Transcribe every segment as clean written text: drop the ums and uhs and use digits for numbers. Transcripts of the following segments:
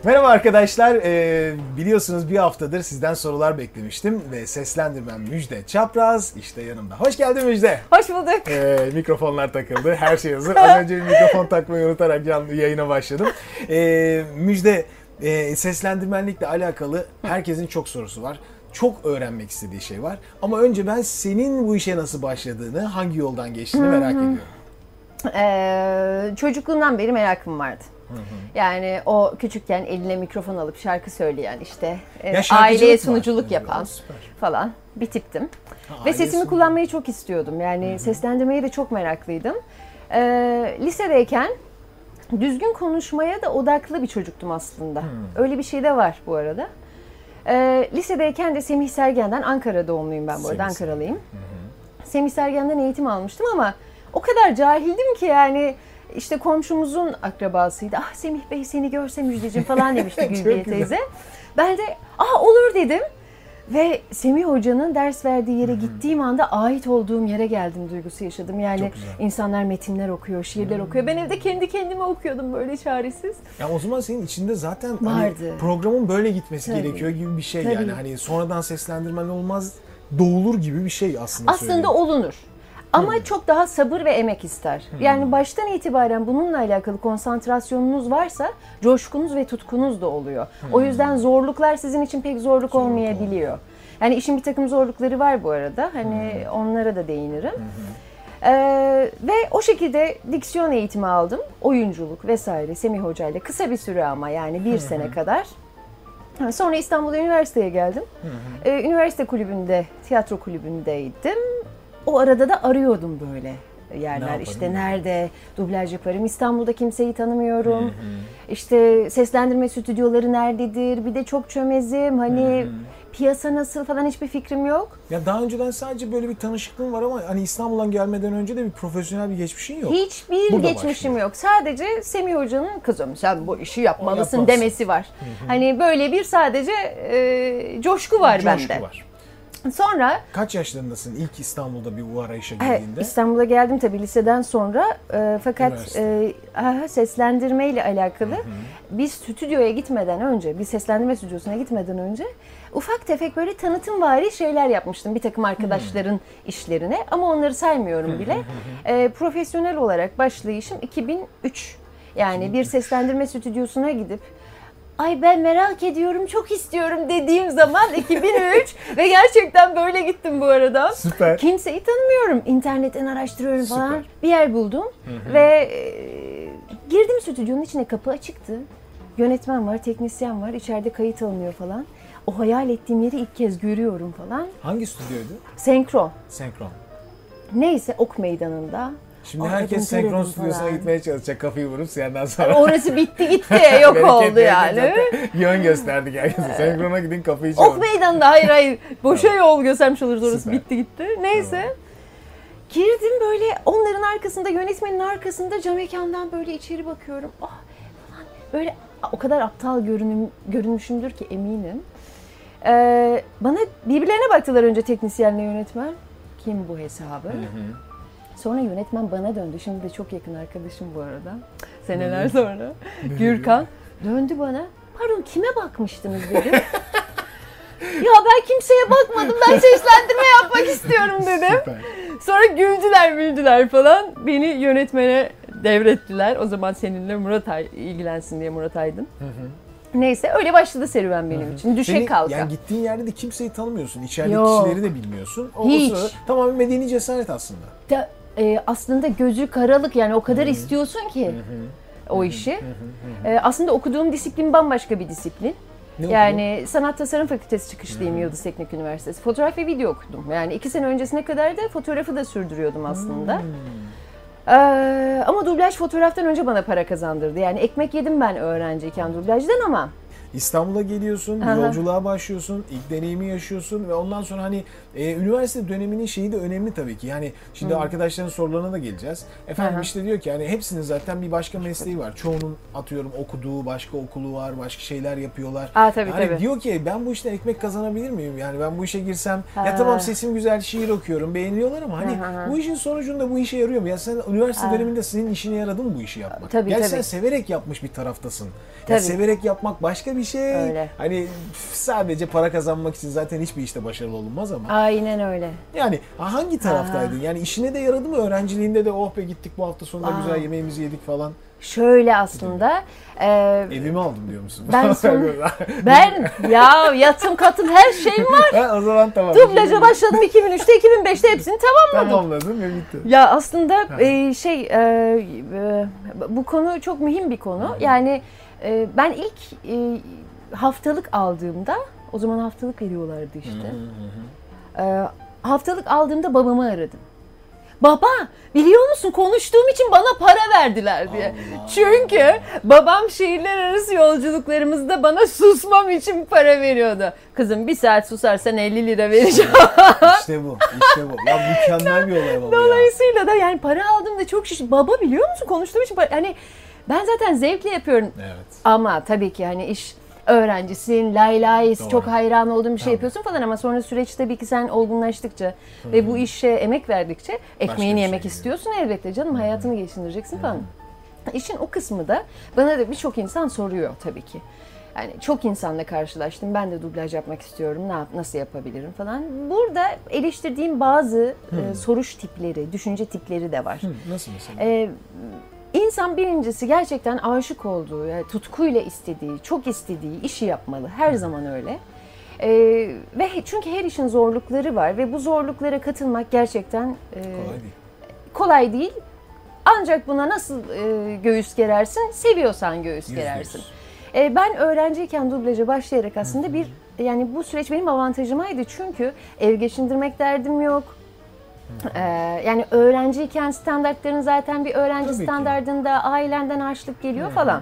Merhaba arkadaşlar. Biliyorsunuz bir haftadır sizden sorular beklemiştim ve seslendirmem Müjde Çapraz işte yanımda. Hoş geldin Müjde. Hoş bulduk. Mikrofonlar takıldı. Her şey hazır. Az önce bir mikrofon takmayı unutarak canlı yayına başladım. Müjde, seslendirmenlikle alakalı herkesin çok sorusu var. Çok öğrenmek istediği şey var. Ama önce ben senin bu işe nasıl başladığını, hangi yoldan geçtiğini merak ediyorum. Çocukluğumdan beri merakım vardı. Yani o küçükken eline mikrofon alıp şarkı söyleyen işte aileye sunuculuk yapan falan bir tiptim. Ve sesimi kullanmayı çok istiyordum. Yani seslendirmeye de çok meraklıydım. Lisedeyken düzgün konuşmaya da odaklı bir çocuktum aslında. Öyle bir şey de var bu arada. Lisedeyken de Semih Sergen'den, Ankara doğumluyum ben bu arada, Ankaralıyım. Semih Sergen'den eğitim almıştım ama o kadar cahildim ki yani işte komşumuzun akrabasıydı. Ah Semih Bey seni görse Müjdeciğim falan demişti Gülbiye teyze. Ben de olur dedim. Ve Semih Hoca'nın ders verdiği yere gittiğim anda ait olduğum yere geldim duygusu yaşadım. Yani insanlar metinler okuyor, şiirler okuyor. Ben evde kendi kendime okuyordum böyle çaresiz. Ya o zaman senin içinde zaten hani programın böyle gitmesi gerekiyor gibi bir şey yani. Hani sonradan seslendirmen olmaz, doğulur gibi bir şey aslında. Aslında olunur. Ama çok daha sabır ve emek ister. Yani baştan itibaren bununla alakalı konsantrasyonunuz varsa coşkunuz ve tutkunuz da oluyor. O yüzden zorluklar sizin için pek zorluk olmayabiliyor. Yani işin bir takım zorlukları var bu arada. Hani onlara da değinirim. Ve o şekilde diksiyon eğitimi aldım. Oyunculuk vesaire Semih Hoca ile kısa bir süre ama yani bir sene kadar. Sonra İstanbul'da üniversiteye geldim. Üniversite kulübünde, tiyatro kulübündeydim. O arada da arıyordum böyle yerler. İşte nerede dublaj yaparım? İstanbul'da kimseyi tanımıyorum. İşte seslendirme stüdyoları nerededir? Bir de çok çömezim. Hani piyasa nasıl falan hiçbir fikrim yok. Ya daha önceden sadece böyle bir tanışıklığım var ama hani İstanbul'dan gelmeden önce de bir profesyonel bir geçmişin yok. Hiçbir geçmişim yok. Sadece Semih Hoca'nın kızım sen bu işi yapmalısın demesi var. Hani böyle bir sadece coşku var bende. Sonra kaç yaşlarındasın ilk İstanbul'da bu arayışa girdiğinde? İstanbul'a geldim tabii liseden sonra fakat seslendirme ile alakalı bir stüdyoya gitmeden önce, bir seslendirme stüdyosuna gitmeden önce ufak tefek böyle tanıtımvari şeyler yapmıştım bir takım arkadaşların işlerine ama onları saymıyorum bile. Profesyonel olarak başlayışım 2003. Yani bir seslendirme stüdyosuna gidip ay ben merak ediyorum, çok istiyorum dediğim zaman 2003 ve gerçekten böyle gittim bu arada. Süper. Kimseyi tanımıyorum, internetten araştırıyorum falan. Bir yer buldum ve girdim stüdyonun içine, kapı açıktı. Yönetmen var, teknisyen var, içeride kayıt alınıyor falan. O hayal ettiğim yeri ilk kez görüyorum falan. Hangi stüdyoydu? Senkron. Neyse, Ok Meydanı'nda. Şimdi herkes senkron stüdyosuna gitmeye çalışacak kafayı vurup senden sonra. Orası bitti gitti, yok oldu yani. Yön gösterdik herkese. Senkrona gidin kafayı çalın. Ok Meydanı'nda hayır. Boşa yol göstermiş oluruz, orası bitti gitti. Neyse. Girdim böyle onların arkasında, yönetmenin arkasında cam mekandan böyle içeri bakıyorum. Böyle o kadar aptal görünmüşümdür ki eminim. Bana birbirlerine baktılar önce teknisyenle yönetmen. Kim bu hesabı? Sonra yönetmen bana döndü. Şimdi de çok yakın arkadaşım bu arada. Seneler sonra. Gürkan döndü bana. Pardon kime bakmıştınız dedi. Ya ben kimseye bakmadım. Ben seslendirme yapmak istiyorum dedim. Süper. Sonra güldüler falan. Beni yönetmene devrettiler. O zaman seninle Murat ilgilensin diye Murat Aydın. Neyse öyle başladı serüven benim için. Düşe kalka. Yani gittiğin yerde de kimseyi tanımıyorsun. İçerideki kişileri de bilmiyorsun. Hiç. O sırada tamamen medeni cesaret aslında. Aslında gözü karalık yani o kadar istiyorsun ki o işi. Aslında okuduğum disiplin bambaşka bir disiplin. Yani Sanat Tasarım Fakültesi çıkışlıyım Yıldız Teknik Üniversitesi. Fotoğraf ve video okudum. Yani 2 sene öncesine kadar da fotoğrafı da sürdürüyordum aslında. Ama dublaj fotoğraftan önce bana para kazandırdı. Yani ekmek yedim ben öğrenciyken dublajdan ama. İstanbul'a geliyorsun, bir yolculuğa başlıyorsun, ilk deneyimi yaşıyorsun ve ondan sonra hani üniversite döneminin şeyi de önemli tabii ki. Yani şimdi arkadaşların sorularına da geleceğiz. Efendim işte diyor ki hani hepsinin zaten bir başka mesleği var. Çoğunun atıyorum okuduğu başka okulu var, başka şeyler yapıyorlar. Tabii, yani tabii. diyor ki ben bu işten ekmek kazanabilir miyim? Yani ben bu işe girsem ya tamam sesim güzel, şiir okuyorum, beğeniyorlar ama hani bu işin sonucunda bu işe yarıyor mu? Ya sen üniversite döneminde senin işine yaradı mı bu işi yapmak? Tabii, Gerçi tabii. sen severek yapmış bir taraftasın. Tabii. Ya severek yapmak başka bir şey. Öyle. Hani sadece para kazanmak için zaten hiçbir işte başarılı olunmaz ama. Aynen öyle. Yani hangi taraftaydın? Yani işine de yaradı mı? Öğrenciliğinde de oh be gittik bu hafta sonunda güzel yemeğimizi yedik falan. Şöyle aslında. Evimi aldım diyor musun? Ben yatım katım her şeyim var. O zaman tamam. Dublaja başladım 2003'te 2005'te hepsini tamamladım. Tamamladım ve bitti. Ya aslında bu konu çok mühim bir konu. Yani ben ilk haftalık aldığımda, o zaman haftalık veriyorlardı işte. Haftalık aldığımda babamı aradım. Baba, biliyor musun konuştuğum için bana para verdiler diye. Allah. Çünkü babam şehirler arası yolculuklarımızda bana susmam için para veriyordu. Kızım 1 saat susarsan 50 lira vereceğim. İşte bu. Ya mükemmel bir olay baba. Dolayısıyla da yani para aldığımda çok şişti. Baba biliyor musun konuştuğum için para... Hani ben zaten zevkle yapıyorum. Evet. Ama tabii ki hani iş... öğrencisin, lay çok hayran olduğun bir şey yapıyorsun falan ama sonra süreç tabii ki sen olgunlaştıkça ve bu işe emek verdikçe ekmeğini yemek istiyorsun elbette canım, hayatını geçindireceksin falan. İşin o kısmı da bana da birçok insan soruyor tabii ki. Yani çok insanla karşılaştım. Ben de dublaj yapmak istiyorum. Nasıl yapabilirim falan. Burada eleştirdiğim bazı soruş tipleri, düşünce tipleri de var. Nasıl mesela? İnsan birincisi gerçekten aşık olduğu, yani tutkuyla istediği, çok istediği işi yapmalı. Her zaman öyle. Ve çünkü her işin zorlukları var ve bu zorluklara katılmak gerçekten kolay değil. Ancak buna nasıl göğüs gerersin? Seviyorsan göğüs gerersin. Ben öğrenciyken dublaja başlayarak aslında yani bu süreç benim avantajımaydı. Çünkü ev geçindirmek derdim yok. Yani öğrenciyken standartların zaten bir öğrenci standardında ailenden harçlık geliyor falan.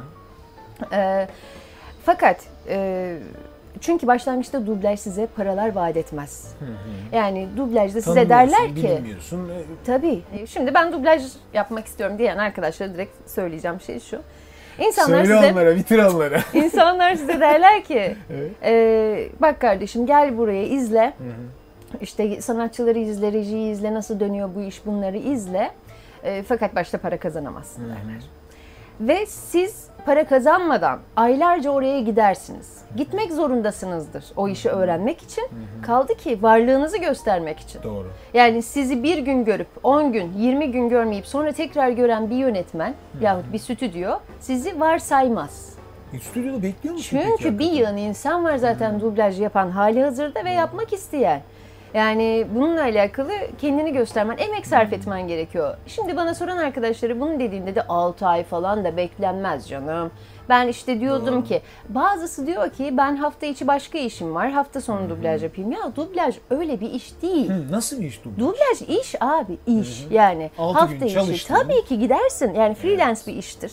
Fakat çünkü başlangıçta dublaj size paralar vaat etmez. Yani dublajda size derler ki tabii. Şimdi ben dublaj yapmak istiyorum diyen arkadaşlara direkt söyleyeceğim şey şu. Söyle onlara, bitir onlara. İnsanlar size derler ki bak kardeşim gel buraya izle. İşte sanatçıları izle, rejiyi izle, nasıl dönüyor bu iş, bunları izle. Fakat başta para kazanamazsın derler. Ve siz para kazanmadan aylarca oraya gidersiniz. Gitmek zorundasınızdır o işi öğrenmek için. Kaldı ki varlığınızı göstermek için. Doğru. Yani sizi bir gün görüp 10 gün, 20 gün görmeyip sonra tekrar gören bir yönetmen yahut bir stüdyo sizi varsaymaz. Stüdyoda bekliyor musun? Çünkü bir yığın insan var zaten dublaj yapan hali hazırda ve yapmak isteyen. Yani bununla alakalı kendini göstermen, emek sarf etmen gerekiyor. Şimdi bana soran arkadaşları bunu dediğimde de 6 ay falan da beklenmez canım. Ben işte diyordum ki, bazısı diyor ki ben hafta içi başka işim var, hafta sonu dublaj yapayım. Ya dublaj öyle bir iş değil. Nasıl bir iş dublaj? Dublaj iş abi, iş yani. Hafta içi tabii ki gidersin, yani freelance bir iştir.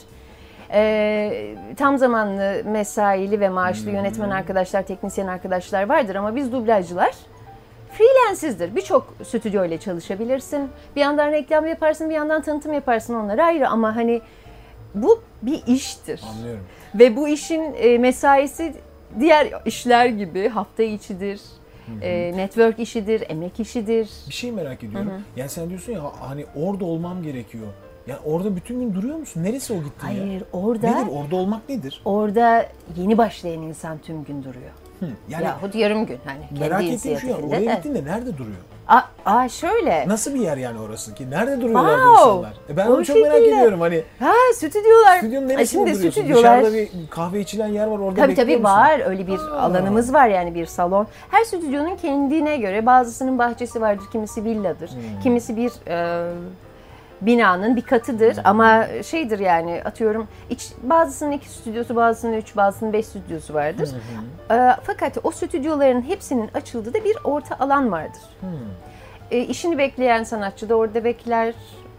Tam zamanlı mesaili ve maaşlı yönetmen arkadaşlar, teknisyen arkadaşlar vardır ama biz dublajcılar freelance'izdir. Birçok stüdyo ile çalışabilirsin. Bir yandan reklam yaparsın, bir yandan tanıtım yaparsın, onlara ayrı ama hani bu bir iştir. Anlıyorum. Ve bu işin mesaisi diğer işler gibi hafta içidir. Network işidir, emek işidir. Bir şey merak ediyorum. Yani sen diyorsun ya hani orada olmam gerekiyor. Yani orada bütün gün duruyor musun? Neresi o gittin ya? Hayır, orada... Nedir? Orada olmak nedir? Orada yeni başlayan insan tüm gün duruyor. Yani yahut yarım gün. Hani merak ettiğim şu ya, oraya gittiğinde nerede duruyor? Şöyle. Nasıl bir yer yani orası ki? Nerede duruyorlar bu insanlar? Ben onu çok merak ediyorum. Hani stüdyolar. Stüdyonun neresinde duruyorsun? Stüdyolar... Dışarıda bir kahve içilen yer var, orada bekliyor Tabii musun? var. Öyle bir alanımız var yani, bir salon. Her stüdyonun kendine göre, bazısının bahçesi vardır, kimisi villadır. Kimisi bir binanın bir katıdır ama şeydir yani, atıyorum bazısının 2 stüdyosu, bazısının 3, bazısının 5 stüdyosu vardır. Fakat o stüdyoların hepsinin açıldığı da bir orta alan vardır. İşini bekleyen sanatçı da orada bekler.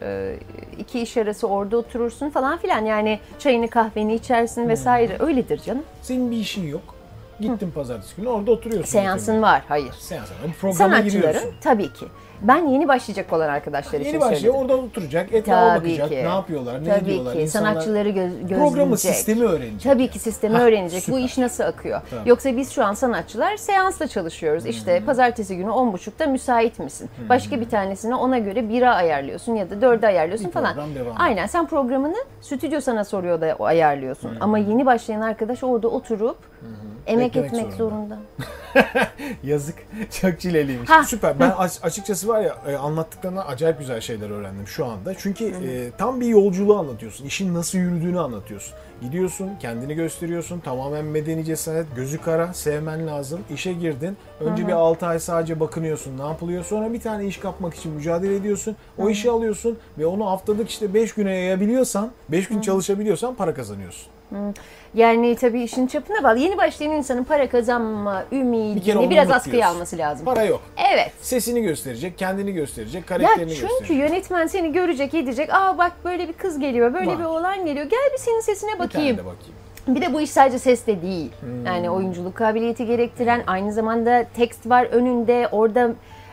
2 iş arası orada oturursun falan filan, yani çayını kahveni içersin vesaire, öyledir canım. Senin bir işin yok. Gittin pazartesi günü orada oturuyorsun. Seansın var, hayır. Seansın var. Programa giriyorsun. Tabii ki. Ben yeni başlayacak olan arkadaşlar için söyledim. Yeni başlıyor, orada oturacak, etrafa bakacak, ne yapıyorlar, ne ediyorlar. Tabii ki, sanatçıları gözleyecek. Programı, sistemi öğrenecek. Tabii ki sistemi öğrenecek. Süper. Bu iş nasıl akıyor? Tamam. Yoksa biz şu an sanatçılar seansla çalışıyoruz. İşte pazartesi günü 10.30'da müsait misin? Başka bir tanesine ona göre 1'e ayarlıyorsun ya da 4'e ayarlıyorsun bir falan. Aynen, sen programını stüdyo sana soruyor da ayarlıyorsun. Ama yeni başlayan arkadaş orada oturup emek etmek zorunda. Yazık. Çok çileliymiş. Süper. Ben açıkçası var ya, anlattıklarına acayip güzel şeyler öğrendim şu anda. Çünkü tam bir yolculuğu anlatıyorsun. İşin nasıl yürüdüğünü anlatıyorsun. Gidiyorsun, kendini gösteriyorsun. Tamamen medeni cesaret, gözü kara, sevmen lazım. İşe girdin. Önce bir 6 ay sadece bakınıyorsun. Ne yapılıyor? Sonra bir tane iş kapmak için mücadele ediyorsun. O işi alıyorsun ve onu haftalık işte 5 güne yayabiliyorsan, 5 gün çalışabiliyorsan para kazanıyorsun. Yani tabii işin çapına bağlı. Yeni başlayan insanın para kazanma ümidini biraz askıya alması lazım. Para yok. Evet. Sesini gösterecek, kendini gösterecek, karakterini gösterecek. Çünkü yönetmen seni görecek, edecek. Bak böyle bir kız geliyor, böyle bir oğlan geliyor. Gel bir senin sesine bakayım. Bir tane de bakayım. Bir de bu iş sadece sesle değil. Yani oyunculuk kabiliyeti gerektiren, aynı zamanda tekst var önünde. Orada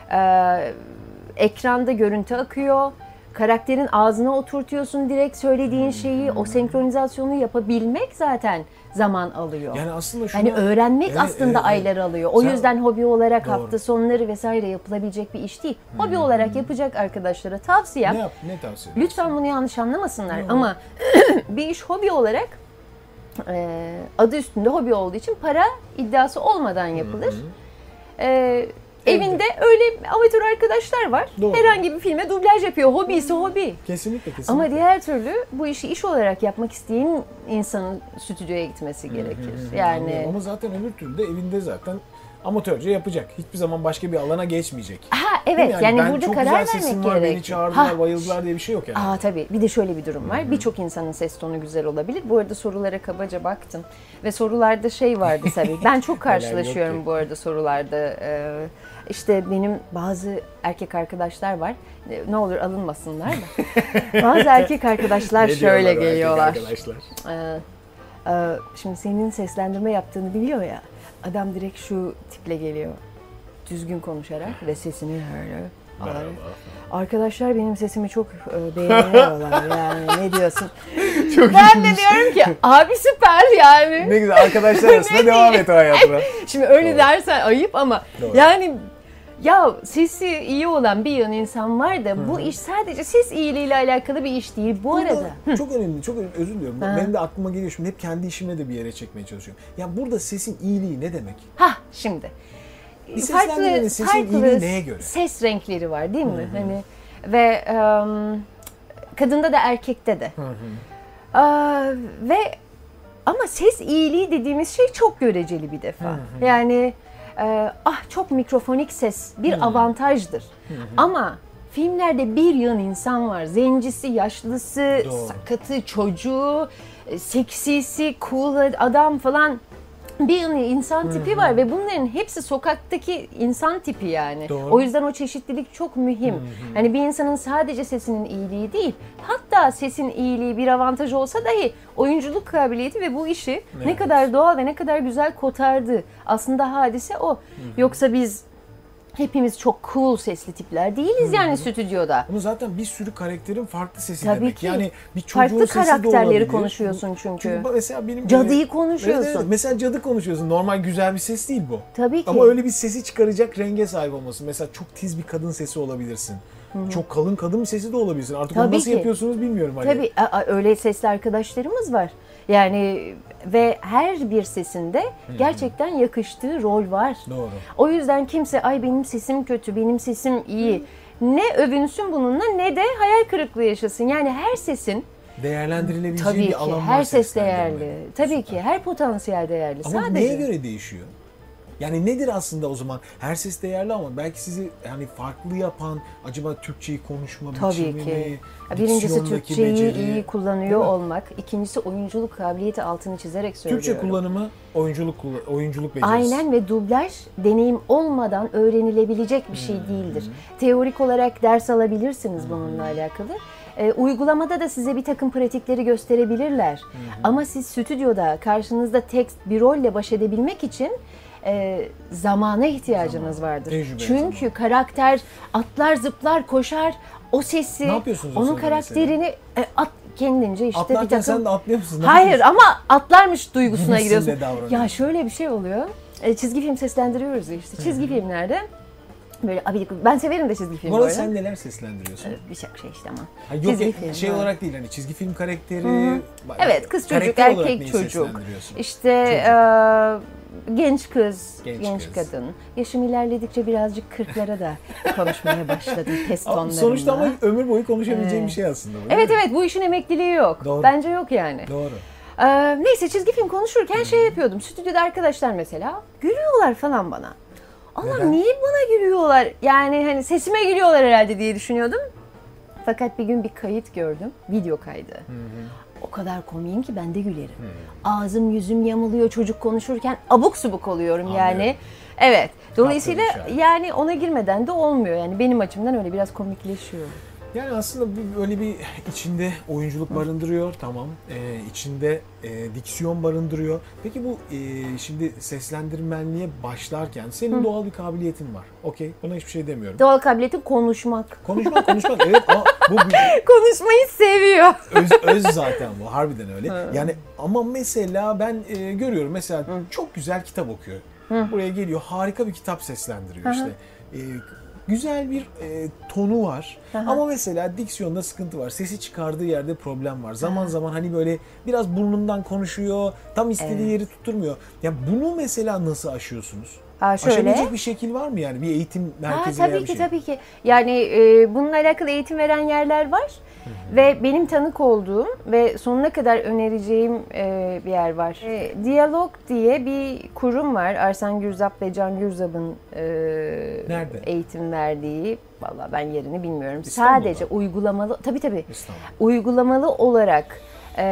ekranda görüntü akıyor. Karakterin ağzına oturtuyorsun direkt söylediğin şeyi, o senkronizasyonu yapabilmek zaten zaman alıyor. Yani aslında yani öğrenmek aslında aylar alıyor. O yüzden hobi olarak hafta sonları vesaire yapılabilecek bir iş değil. Hobi olarak yapacak arkadaşlara tavsiyem. Ne tavsiye? Lütfen bunu yanlış anlamasınlar ama bir iş hobi olarak adı üstünde hobi olduğu için para iddiası olmadan yapılır. Evinde öyle amatör arkadaşlar var. Doğru. Herhangi bir filme dublaj yapıyor. Hobi ise hobi. Kesinlikle. Ama diğer türlü bu işi iş olarak yapmak isteyen insanın stüdyoya gitmesi gerekir. Yani ama zaten öbür türlü de evinde zaten amatörce yapacak. Hiçbir zaman başka bir alana geçmeyecek. Evet. Yani burada karar vermek gerekiyor. Beni çağırdılar, bayıldılar diye bir şey yok yani. Tabii. Bir de şöyle bir durum var. Birçok insanın ses tonu güzel olabilir. Bu arada sorulara kabaca baktım. Ve sorularda şey vardı tabii. Ben çok karşılaşıyorum bu arada sorularda. İşte benim bazı erkek arkadaşlar var. Ne olur alınmasınlar da. Bazı erkek arkadaşlar şöyle geliyorlar. Şimdi senin seslendirme yaptığını biliyor ya. Adam direkt şu tiple geliyor. Düzgün konuşarak ve sesini öyle alarak. Arkadaşlar benim sesimi çok beğeniyorlar yani, ne diyorsun? Ben de diyorum ki abi süper yani. Ne güzel, arkadaşlar arasında devam et o hayatına. Şimdi öyle dersen ayıp ama yani ya sesi iyi olan bir yığın insan var da bu iş sadece ses iyiliğiyle alakalı bir iş değil bu arada. Çok önemli, özür diliyorum. Benim de aklıma geliyor şimdi, hep kendi işime de bir yere çekmeye çalışıyorum. Ya burada sesin iyiliği ne demek? Şimdi. Farklı neye göre? Ses renkleri var değil mi? Hani ve kadında da erkekte de. Ve ama ses iyiliği dediğimiz şey çok göreceli bir defa. Yani çok mikrofonik ses bir avantajdır. Ama filmlerde bir yığın insan var. Zencisi, yaşlısı, sakatı, çocuğu, seksisi, cool adam falan. Bir insan tipi var ve bunların hepsi sokaktaki insan tipi yani. Doğru. O yüzden o çeşitlilik çok mühim. Hani bir insanın sadece sesinin iyiliği değil, hatta sesin iyiliği bir avantaj olsa dahi oyunculuk kabiliyeti ve bu işi ne kadar doğal ve ne kadar güzel kotardı. Aslında hadise o. Yoksa biz hepimiz çok cool sesli tipler değiliz yani stüdyoda. Bunu zaten bir sürü karakterin farklı sesi tabii demek. Ki. Yani bir çocuğun farklı sesi de karakterleri konuşuyorsun çünkü mesela benim cadıyı konuşuyorsun. Evet, mesela cadı konuşuyorsun. Normal güzel bir ses değil bu. Tabii ki. Ama öyle bir sesi çıkaracak renge sahip olması. Mesela çok tiz bir kadın sesi olabilirsin. Çok kalın kadın sesi de olabilirsin. Artık onu nasıl yapıyorsunuz bilmiyorum. Tabii öyle sesli arkadaşlarımız var. Yani ve her bir sesinde gerçekten yakıştığı rol var. Doğru. O yüzden kimse ay benim sesim kötü, benim sesim iyi. Ne övünsün bununla ne de hayal kırıklığı yaşasın. Yani her sesin değerlendirilebileceği bir alan var. Her ses değerli. Tabii ki her potansiyel değerli. Ama sadece neye göre değişiyor? Yani nedir aslında o zaman? Her ses değerli ama belki sizi yani farklı yapan acaba Türkçeyi konuşma biçimi mi? Tabii ki. Birincisi Türkçeyi iyi kullanıyor olmak. İkincisi oyunculuk kabiliyeti, altını çizerek söylüyorum. Türkçe kullanımı, oyunculuk becerisi. Aynen ve dublaj deneyim olmadan öğrenilebilecek bir şey değildir. Teorik olarak ders alabilirsiniz bununla alakalı. Uygulamada da size bir takım pratikleri gösterebilirler. Ama siz stüdyoda karşınızda tekst bir rolle baş edebilmek için zamana ihtiyacınız vardır. Çünkü karakter atlar, zıplar, koşar. O sesi, onun karakterini kendince işte atlarken bir takım... sen de atlıyor musun? Hayır ama atlarmış duygusuna giriyorsun. Ya şöyle bir şey oluyor. Çizgi film seslendiriyoruz ya işte. Çizgi filmlerde böyle ben severim de çizgi film. Bu arada sen neler seslendiriyorsun? Bir şey işte ama. Yok çizgi film, şey olarak değil, hani çizgi film karakteri. Evet, kız çocuk, erkek çocuk. İşte genç kız, genç kadın. Yaşım ilerledikçe birazcık 40'lara da konuşmaya başladım test tonlarımla. Sonuçta ama ömür boyu konuşabileceğim bir şey aslında bu. Evet, bu işin emekliliği yok. Doğru. Bence yok yani. Doğru. Neyse, çizgi film konuşurken şey yapıyordum. Stüdyoda arkadaşlar mesela gülüyorlar falan bana. Allah, niye bana gülüyorlar? Yani hani sesime gülüyorlar herhalde diye düşünüyordum. Fakat bir gün bir kayıt gördüm. Video kaydı. O kadar komiyim ki ben de gülerim. Ağzım yüzüm yamuluyor çocuk konuşurken, abuk subuk oluyorum yani. Evet. Dolayısıyla yani ona girmeden de olmuyor. Yani benim açımdan öyle biraz komikleşiyor. Yani aslında böyle bir içinde oyunculuk barındırıyor, tamam. İçinde diksiyon barındırıyor. Peki bu şimdi seslendirmenliğe başlarken senin doğal bir kabiliyetin var. Okey, buna hiçbir şey demiyorum. Doğal kabiliyetin konuşmak. Konuşmak evet ama bu konuşmayı seviyor. Öz zaten bu, harbiden öyle. Yani ama mesela ben görüyorum mesela çok güzel kitap okuyor. Buraya geliyor, harika bir kitap seslendiriyor işte. Güzel bir tonu var. Ama mesela diksiyonda sıkıntı var. Sesi çıkardığı yerde problem var. Zaman zaman hani böyle biraz burnundan konuşuyor. Tam istediği yeri tutturmuyor. Ya bunu mesela nasıl aşıyorsunuz? Aşabilecek bir şekil var mı yani? Bir eğitim merkezi veya bir şey? Tabii ki. Yani bununla alakalı eğitim veren yerler var. Ve benim tanık olduğum ve sonuna kadar önereceğim bir yer var. Diyalog diye bir kurum var. Arsen Gürzap ve Can Gürzap'ın eğitim verdiği. Vallahi ben yerini bilmiyorum. İstanbul'da. Sadece uygulamalı, tabii. İstanbul. Uygulamalı olarak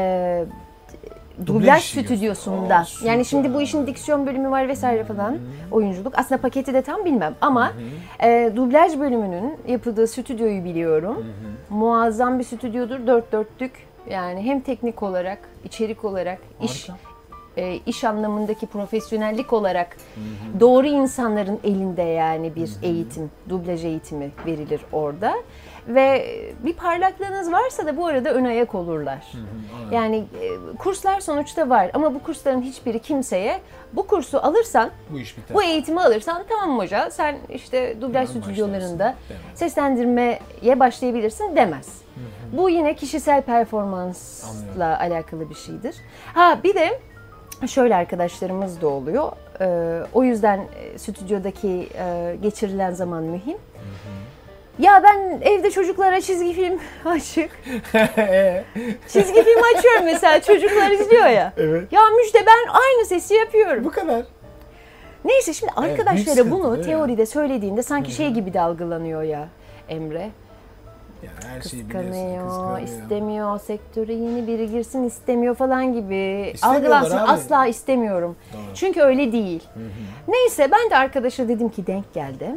dublaj stüdyosunda. Yani şimdi bu işin diksiyon bölümü var vesaire falan. Oyunculuk. Aslında paketi de tam bilmem ama dublaj bölümünün yapıldığı stüdyoyu biliyorum. Muazzam bir stüdyodur. Dört dörtlük. Yani hem teknik olarak, içerik olarak, iş anlamındaki profesyonellik olarak doğru insanların elinde yani bir eğitim, dublaj eğitimi verilir orada. Ve bir parlaklığınız varsa da bu arada ön ayak olurlar. Yani kurslar sonuçta var ama bu kursların hiçbiri kimseye bu kursu alırsan, bu eğitimi alırsan tamam hoca sen işte dublaj stüdyolarında seslendirmeye başlayabilirsin demez. Bu yine kişisel performansla alakalı bir şeydir. Bir de şöyle arkadaşlarımız da oluyor. O yüzden stüdyodaki geçirilen zaman mühim. Ya ben evde çocuklara çizgi film açık. Çizgi film açıyorum mesela, çocuklar izliyor ya. Evet. Ya Müjde, ben aynı sesi yapıyorum. Bu kadar. Neyse şimdi arkadaşlara bunu teoride söylediğinde sanki şey gibi de algılanıyor ya Emre. Yani her kıskanıyor, istemiyor, sektöre yeni biri girsin istemiyor falan gibi algılansın. Asla istemiyorum. Doğru. Çünkü öyle değil. Neyse ben de arkadaşa dedim ki denk geldi.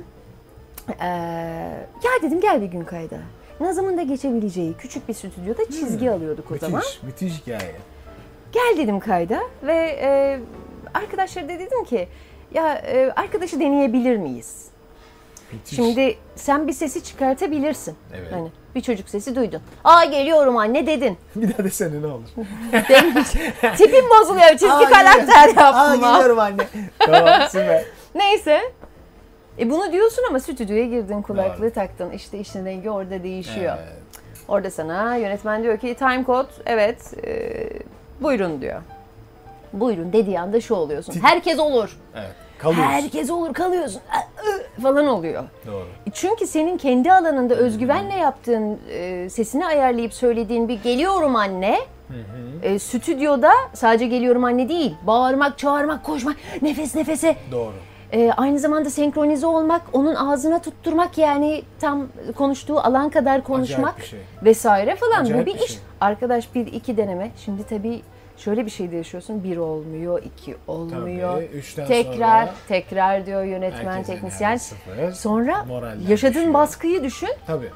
Ya dedim gel bir gün kayda. Nazım'ın da geçebileceği küçük bir stüdyoda çizgi alıyorduk o zaman. Müthiş hikaye. Gel dedim kayda ve arkadaşlara da dedim ki ya arkadaşı deneyebilir miyiz? Müthiş. Şimdi sen bir sesi çıkartabilirsin. Evet. Hani bir çocuk sesi duydun. Aa geliyorum anne dedin. Bir daha desene ne olur. Tipim bozuluyor. Çizgi karakter yapma. Geliyorum anne. Tamam, süper. Neyse. Bunu diyorsun ama stüdyoya girdin, kulaklığı taktın. İşte işin rengi orada değişiyor. Evet. Orada sana yönetmen diyor ki time code, evet, buyurun diyor. Buyurun dediği anda şu oluyorsun. Herkes olur. Evet. Kalıyorsun. Herkes olur, kalıyorsun. Falan oluyor. Doğru. Çünkü senin kendi alanında özgüvenle yaptığın, sesini ayarlayıp söylediğin bir geliyorum anne. Stüdyoda sadece geliyorum anne değil. Bağırmak, çağırmak, koşmak, nefes nefese. Doğru. Aynı zamanda senkronize olmak, onun ağzına tutturmak, yani tam konuştuğu alan kadar konuşmak vesaire falan. Bu bir iş. Arkadaş 1-2 deneme. Şimdi tabii şöyle bir şey de yaşıyorsun. 1 olmuyor, 2 olmuyor. Tabii, tekrar diyor yönetmen, teknisyen. Sonra yaşadığın baskıyı düşün. Tabii.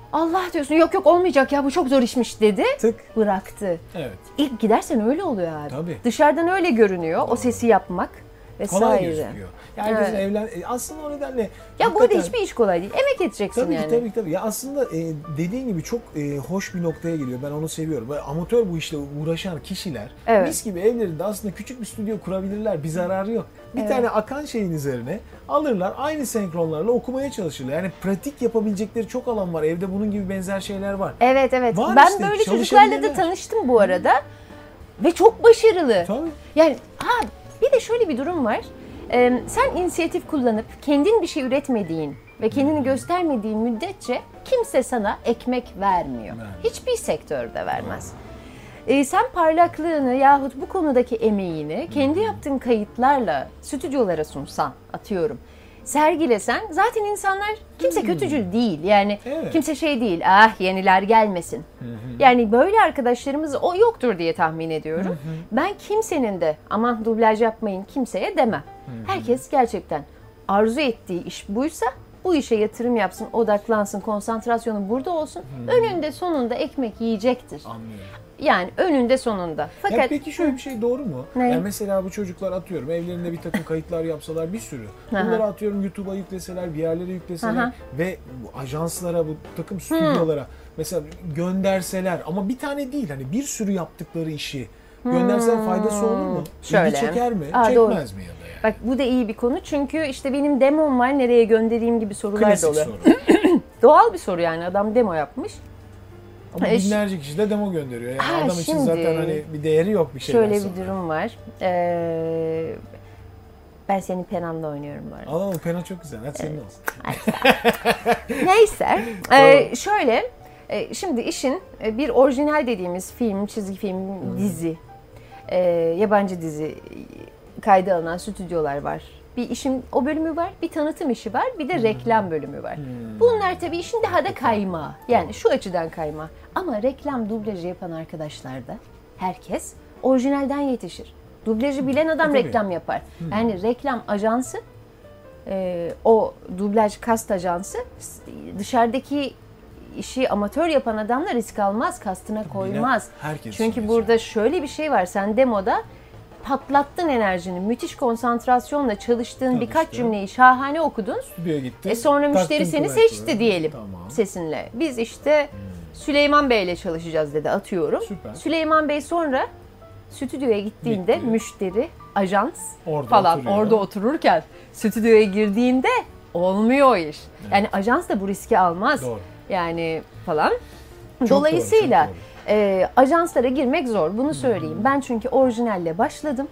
Allah diyorsun, yok olmayacak ya, bu çok zor işmiş dedi. Tık. Bıraktı. Evet. İlk gidersen öyle oluyor abi. Tabii. Dışarıdan öyle görünüyor. Doğru. O sesi yapmak vesaire. Kolay gözüküyor. Yani herkesin aslında o nedenle... Ya bu arada hiçbir iş kolay değil. Emek edeceksin tabii yani. Tabii. Ya aslında dediğin gibi çok hoş bir noktaya geliyor. Ben onu seviyorum. Böyle amatör bu işle uğraşan kişiler mis gibi evlerinde aslında küçük bir stüdyo kurabilirler. Bir zararı yok. Bir tane akan şeyin üzerine alırlar. Aynı senkronlarla okumaya çalışırlar. Yani pratik yapabilecekleri çok alan var. Evde bunun gibi benzer şeyler var. Evet. Var ben işte, böyle çocuklarla da tanıştım bu arada. Ve çok başarılı. Tabii. Yani bir de şöyle bir durum var. Sen inisiyatif kullanıp kendin bir şey üretmediğin ve kendini göstermediğin müddetçe kimse sana ekmek vermiyor. Hiçbir sektörde vermez. Sen parlaklığını yahut bu konudaki emeğini kendi yaptığın kayıtlarla stüdyolara sunsan, atıyorum, sergilesen, zaten insanlar, kimse kötücül değil. Yani kimse şey değil, yeniler gelmesin. Yani böyle arkadaşlarımız o yoktur diye tahmin ediyorum. Ben kimsenin de aman dublaj yapmayın kimseye demem. Herkes gerçekten arzu ettiği iş buysa bu işe yatırım yapsın, odaklansın, konsantrasyonu burada olsun. Önünde sonunda ekmek yiyecektir. Anlıyorum. Yani önünde sonunda. Fakat peki şöyle bir şey doğru mu? Ne? Yani mesela bu çocuklar atıyorum evlerinde bir takım kayıtlar yapsalar bir sürü. Bunları atıyorum YouTube'a yükleseler, bir yerlere yükleseler ve bu ajanslara, bu takım stüdyolara mesela gönderseler ama bir tane değil, hani bir sürü yaptıkları işi gönderseler faydası olur mu? Şöyle. İlgi çeker mi? Çekmez doğru. mi ya da yani? Bak bu da iyi bir konu çünkü işte benim demom var, nereye göndereyim gibi sorular Klasik da oluyor. soru. Doğal bir soru yani, adam demo yapmış. Ama binlerce kişi de demo gönderiyor. Yani adam için zaten hani bir değeri yok bir şeyden şöyle sonra. bir durum var. Ben senin penanla oynuyorum bu arada. Allah, o pena çok güzel. Hadi senin olsun. Neyse. Şöyle. Şimdi işin bir orijinal dediğimiz film, çizgi film, dizi, yabancı dizi kayda alınan stüdyolar var. Bir işin o bölümü var, bir tanıtım işi var, bir de reklam bölümü var. Bunlar tabii işin daha da kaymağı. Yani şu açıdan kaymağı. Ama reklam dublajı yapan arkadaşlar da herkes orijinalden yetişir. Dublajı bilen adam reklam yapar. Yani reklam ajansı, o dublaj kast ajansı dışarıdaki işi amatör yapan adamla risk almaz, kastına koymaz. Çünkü burada şöyle bir şey var. Sen demoda patlattın enerjini, müthiş konsantrasyonla çalıştığın birkaç cümleyi şahane okudun. Stüdyoya gittin. Sonra müşteri seni seçti diyelim sesinle. Biz işte Süleyman Bey'le çalışacağız dedi, atıyorum. Süper. Süleyman Bey sonra stüdyoya gittiğinde müşteri, ajans orada orada otururken stüdyoya girdiğinde olmuyor o iş. Evet. Yani ajans da bu riski almaz. Doğru. Yani falan. Dolayısıyla ajanslara girmek zor. Bunu söyleyeyim. Ben çünkü orijinalle başladım.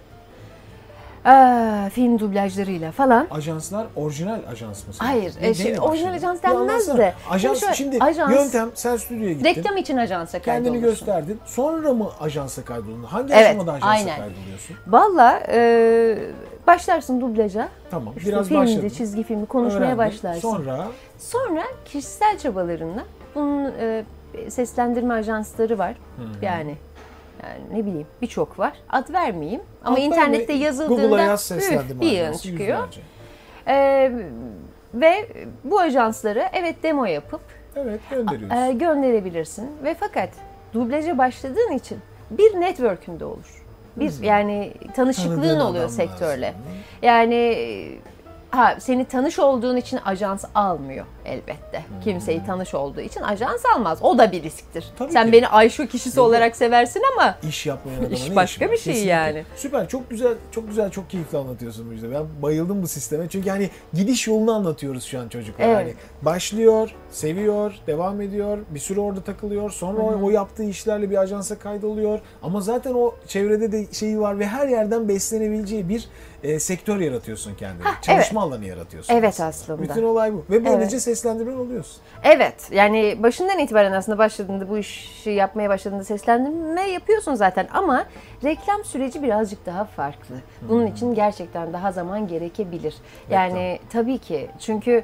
Film dublajlarıyla falan. Ajanslar orijinal ajans mı? Hayır. Orijinal ajans denmez de. Ajans, yöntem, sen stüdyoya gittin. Reklam için ajansa kaydolmuşsun. Kendini gösterdin. Sonra mı ajansa kaydoldun? Hangi aşamada ajansa kaydoluyorsun? Valla başlarsın dublaja. Tamam. İşte biraz filmdi, başladın. çizgi filmi konuşmaya başlarsın. Sonra kişisel çabalarınla bunun seslendirme ajansları var. Yani ne bileyim birçok var. Ad vermeyeyim. Ama internette yazıldığında bir yığın çıkıyor. Ve bu ajanslara demo yapıp gönderebilirsin. Ve fakat dublaja başladığın için bir network'ün de olur. Yani tanışıklığın oluyor sektörle. Yani seni tanış olduğun için ajans almıyor elbette. Kimseyi tanış olduğu için ajans almaz. O da bir risktir. Sen beni Ayşe kişisi olarak seversin ama iş yapmayan adama iş başka bir şey. Kesinlikle. Yani. Süper, çok güzel, çok keyifli anlatıyorsun Müjde. Ben bayıldım bu sisteme. Çünkü hani gidiş yolunu anlatıyoruz şu an çocuklara. Evet. Hani başlıyor, seviyor, devam ediyor, bir süre orada takılıyor. Sonra o yaptığı işlerle bir ajansa kaydoluyor. Ama zaten o çevrede de şeyi var ve her yerden beslenebileceği bir sektör yaratıyorsun kendine. Çalışma alanı yaratıyorsun. Evet aslında. Bütün olay bu. Ve böylece seslendirmen oluyorsun. Evet. Yani başından itibaren aslında başladığında, bu işi yapmaya başladığında seslendirme yapıyorsun zaten. Ama reklam süreci birazcık daha farklı. Bunun için gerçekten daha zaman gerekebilir. Yani tabii ki. Çünkü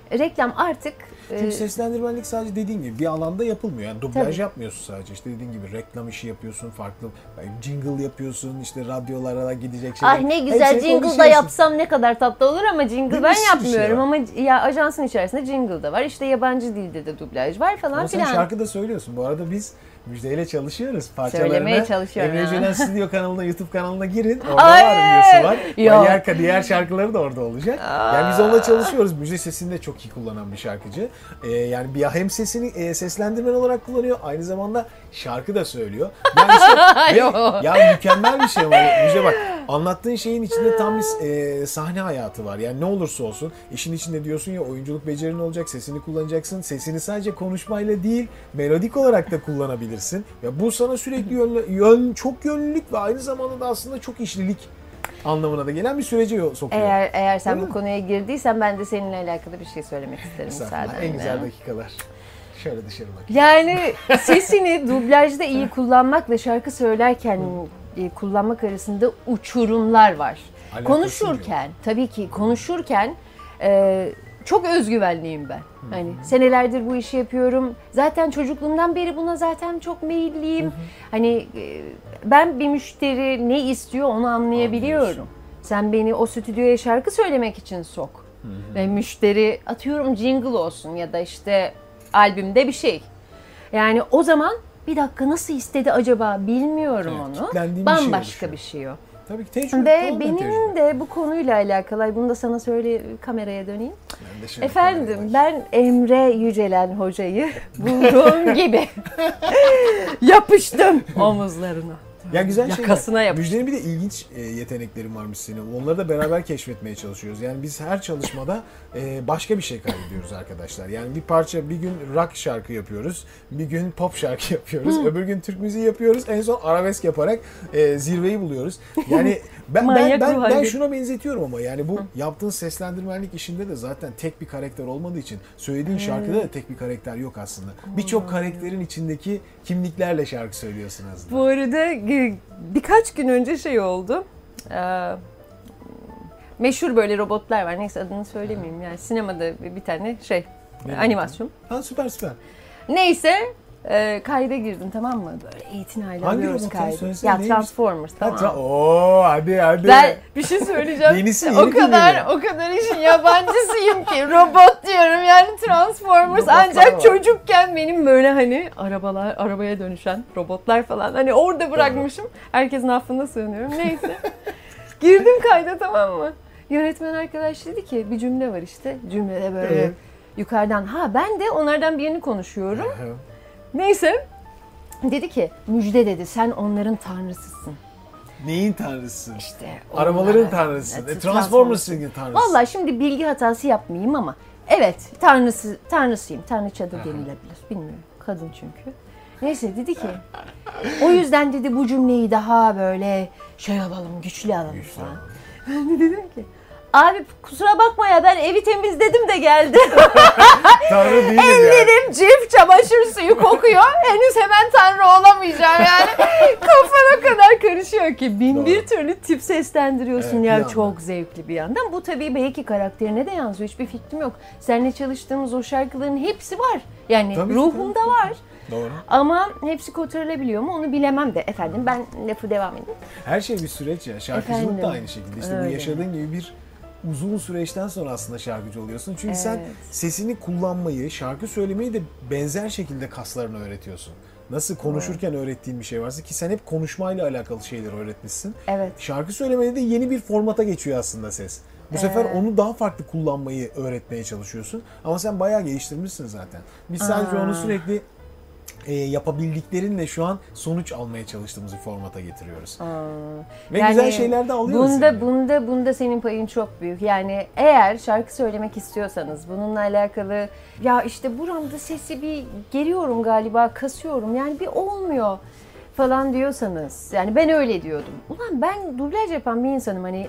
reklam artık... Çünkü seslendirmenlik sadece dediğin gibi bir alanda yapılmıyor. Yani dublaj yapmıyorsun sadece. İşte dediğin gibi reklam işi yapıyorsun, farklı jingle yapıyorsun, işte radyolara gidecek şeyler. Ah ne güzel jingle da yapsam ne kadar tatlı olur ama jingle ben yapmıyorum. Ama ya ajansın içerisinde jingle da var. İşte yabancı dilde de dublaj var falan filan. Sen şarkı da söylüyorsun. Bu arada biz Müjde'yle çalışıyoruz. Parçalarına söylemeye çalışıyorum Emre Cölen Stüdyo kanalına, YouTube kanalına girin. Orada var, videosu var. Diğer şarkıları da orada olacak. Yani biz onunla çalışıyoruz. Müjde sesini de çok iyi kullanan bir şarkıcı. Yani hem sesini seslendirmen olarak kullanıyor, aynı zamanda şarkı da söylüyor. Yani işte, ya mükemmel bir şey ama Müjde bak, anlattığın şeyin içinde tam bir sahne hayatı var. Yani ne olursa olsun işin içinde diyorsun ya, oyunculuk becerin olacak, sesini kullanacaksın. Sesini sadece konuşmayla değil, melodik olarak da kullanabilirsin. Ya bu sana sürekli çok yönlülük ve aynı zamanda da aslında çok işlilik anlamına da gelen bir sürece sokuyor. Eğer sen bu konuya girdiysen ben de seninle alakalı bir şey söylemek isterim müsaadenle. En güzel dakikalar. Şöyle dışarı bak. Yani sesini dublajda iyi kullanmakla şarkı söylerken kullanmak arasında uçurumlar var. Konuşurken, tabii ki konuşurken çok özgüvenliyim ben. Hani senelerdir bu işi yapıyorum. Zaten çocukluğumdan beri buna zaten çok meyilliyim. Hani ben bir müşteri ne istiyor onu anlayabiliyorum. Sen beni o stüdyoya şarkı söylemek için sok. Ve müşteri atıyorum jingle olsun ya da işte albümde bir şey. Yani o zaman bir dakika nasıl istedi acaba bilmiyorum onu. Bambaşka bir şey o. Tabii ki tecrübe. Ve benim de bu konuyla alakalı, bunu da sana kameraya döneyim. Efendim ben Emre Yücelen hocayı bulduğum gibi yapıştım omuzlarına. Ya güzel yakasına şeyler. Müjde'nin bir de ilginç yeteneklerin varmış senin. Onları da beraber keşfetmeye çalışıyoruz. Yani biz her çalışmada başka bir şey kaydediyoruz arkadaşlar. Yani bir parça, bir gün rock şarkı yapıyoruz, bir gün pop şarkı yapıyoruz, öbür gün Türk müziği yapıyoruz, en son arabesk yaparak zirveyi buluyoruz. Yani ben şuna benzetiyorum ama yani bu yaptığın seslendirmenlik işinde de zaten tek bir karakter olmadığı için söylediğin şarkıda da tek bir karakter yok aslında. Birçok karakterin içindeki kimliklerle şarkı söylüyorsun aslında. Bu arada birkaç gün önce şey oldu. Meşhur böyle robotlar var. Neyse adını söylemeyeyim. Yani sinemada bir tane animasyon. Ha süper. Neyse kayda girdim, tamam mı? Böyle itinayla alıyoruz kaydı. Ya Transformers, tamam. Hadi. Ben bir şey söyleyeceğim. Yeni o kadar işin yabancısıyım ki robot diyorum yani Transformers. Ancak çocukken benim böyle hani arabaya dönüşen robotlar falan hani orada bırakmışım. Herkesin affına sığınıyorum. Neyse. Girdim kayda, tamam mı? Yönetmen arkadaş dedi ki bir cümle var işte. Cümlede böyle yukarıdan. Ben de onlardan birini konuşuyorum. Neyse. Dedi ki Müjde dedi sen onların tanrısısın. Neyin tanrısı? İşte arabaların tanrısı. Transformers'ın tanrısı. Vallahi şimdi bilgi hatası yapmayayım ama evet tanrısıyım. Tanrıça da denilebilir. Bilmiyorum. Kadın çünkü. Neyse dedi ki o yüzden dedi bu cümleyi daha böyle alalım, güçlü alalım falan. Ben de dedim ki abi kusura bakma ya ben evi temizledim de geldim. Tanrı değilim Ellerim cif çamaşır suyu kokuyor. Henüz hemen tanrı olamayacağım yani. Kafam o kadar karışıyor ki bin bir türlü tip seslendiriyorsun ya çok zevkli bir yandan. Bu tabii belki karakterine de yansıyor. Hiçbir fikrim yok. Seninle çalıştığımız o şarkıların hepsi var. Yani tabii, ruhumda var. Doğru. Ama hepsi kotarılabiliyor mu onu bilemem de. Efendim ben lafı devam edeyim. Her şey bir süreç ya. Şarkıcılık da aynı şekilde. İşte bu yaşadığın gibi bir uzun süreçten sonra aslında şarkıcı oluyorsun. Çünkü sen sesini kullanmayı, şarkı söylemeyi de benzer şekilde kaslarına öğretiyorsun. Nasıl konuşurken öğrettiğin bir şey varsa ki sen hep konuşmayla alakalı şeyleri öğretmişsin. Evet. Şarkı söylemede de yeni bir formata geçiyor aslında ses. Bu sefer onu daha farklı kullanmayı öğretmeye çalışıyorsun. Ama sen bayağı geliştirmişsin zaten. Biz sadece onu sürekli yapabildiklerinle şu an sonuç almaya çalıştığımız bir formata getiriyoruz. Ve yani güzel şeyler de alıyoruz. Bunda senin payın çok büyük. Yani eğer şarkı söylemek istiyorsanız bununla alakalı ya işte buramda sesi bir geriyorum galiba, kasıyorum. Yani bir olmuyor falan diyorsanız. Yani ben öyle diyordum. Ulan ben dublaj yapan bir insanım hani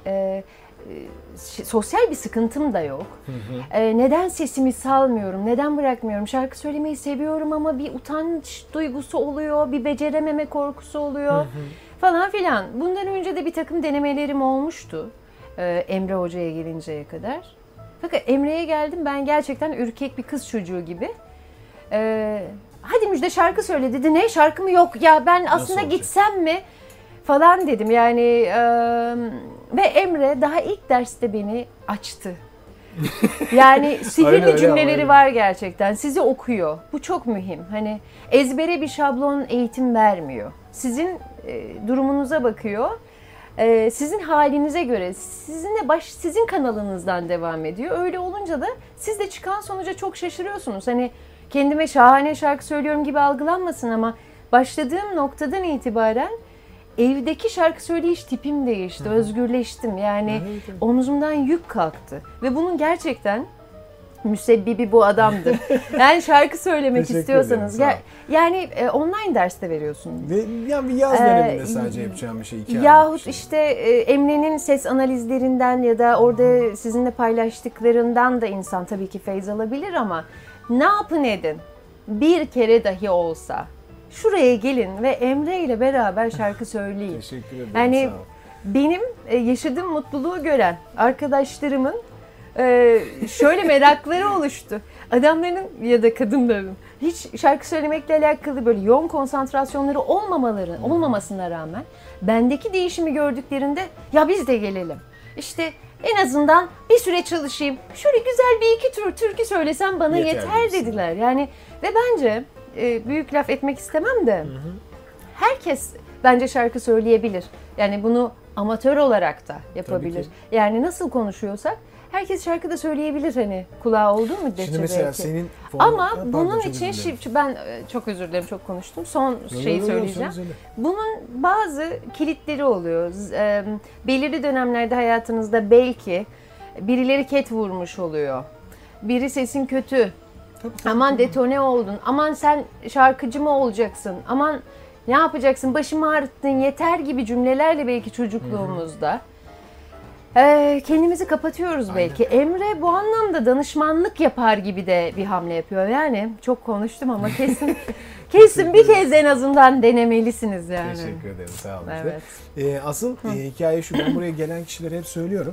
sosyal bir sıkıntım da yok. Neden sesimi salmıyorum? Neden bırakmıyorum? Şarkı söylemeyi seviyorum ama bir utanç duygusu oluyor, bir becerememe korkusu oluyor falan filan. Bundan önce de bir takım denemelerim olmuştu. Emre Hoca'ya gelinceye kadar. Fakat Emre'ye geldim, ben gerçekten ürkek bir kız çocuğu gibi. Hadi Müjde şarkı söyle dedi. Ne, şarkı mı yok ya, ben aslında gitsem mi falan dedim yani. Ve Emre daha ilk derste beni açtı. Yani sihirli cümleleri var gerçekten. Sizi okuyor. Bu çok mühim. Hani ezbere bir şablon eğitim vermiyor. Sizin durumunuza bakıyor. Sizin halinize göre sizin kanalınızdan devam ediyor. Öyle olunca da siz de çıkan sonuca çok şaşırıyorsunuz. Hani kendime şahane şarkı söylüyorum gibi algılanmasın ama başladığım noktadan itibaren evdeki şarkı söyleyiş tipim değişti. Özgürleştim. Yani omzumdan yük kalktı. Ve bunun gerçekten müsebbibi bu adamdır. Yani şarkı söylemek istiyorsanız yani online derste veriyorsun. Yani bir yaz döneminde sadece yapacağım bir şey. Yahut işte Emre'nin ses analizlerinden ya da orada sizinle paylaştıklarından da insan tabii ki feyz alabilir ama ne yapın edin bir kere dahi olsa şuraya gelin ve Emre ile beraber şarkı söyleyin. Teşekkür ederim. Yani benim yaşadığım mutluluğu gören arkadaşlarımın şöyle merakları oluştu. Adamların ya da kadınların hiç şarkı söylemekle alakalı böyle yoğun konsantrasyonları olmamasına rağmen bendeki değişimi gördüklerinde ya biz de gelelim. İşte en azından bir süre çalışayım. Şöyle güzel bir iki türkü söylesem bana yeter dediler. Yani ve bence büyük laf etmek istemem de herkes bence şarkı söyleyebilir. Yani bunu amatör olarak da yapabilir. Yani nasıl konuşuyorsak herkes şarkı da söyleyebilir hani kulağı olduğu müddetçe. Şimdi mesela belki. senin ama bunun için ben çok özür dilerim, çok konuştum. Son şeyi söyleyeceğim. Bunun bazı kilitleri oluyor. Belirli dönemlerde hayatınızda belki birileri ket vurmuş oluyor. Biri sesin kötü. Aman detone oldun. Aman sen şarkıcı mı olacaksın? Aman ne yapacaksın? Başımı ağrıttın yeter gibi cümlelerle belki çocukluğumuzda kendimizi kapatıyoruz belki. Emre bu anlamda danışmanlık yapar gibi de bir hamle yapıyor. Yani çok konuştum ama kesin bir kez en azından denemelisiniz yani. Teşekkür ederim. Sağ olun. Evet. Asıl hikaye şu. Ben buraya gelen kişilere hep söylüyorum.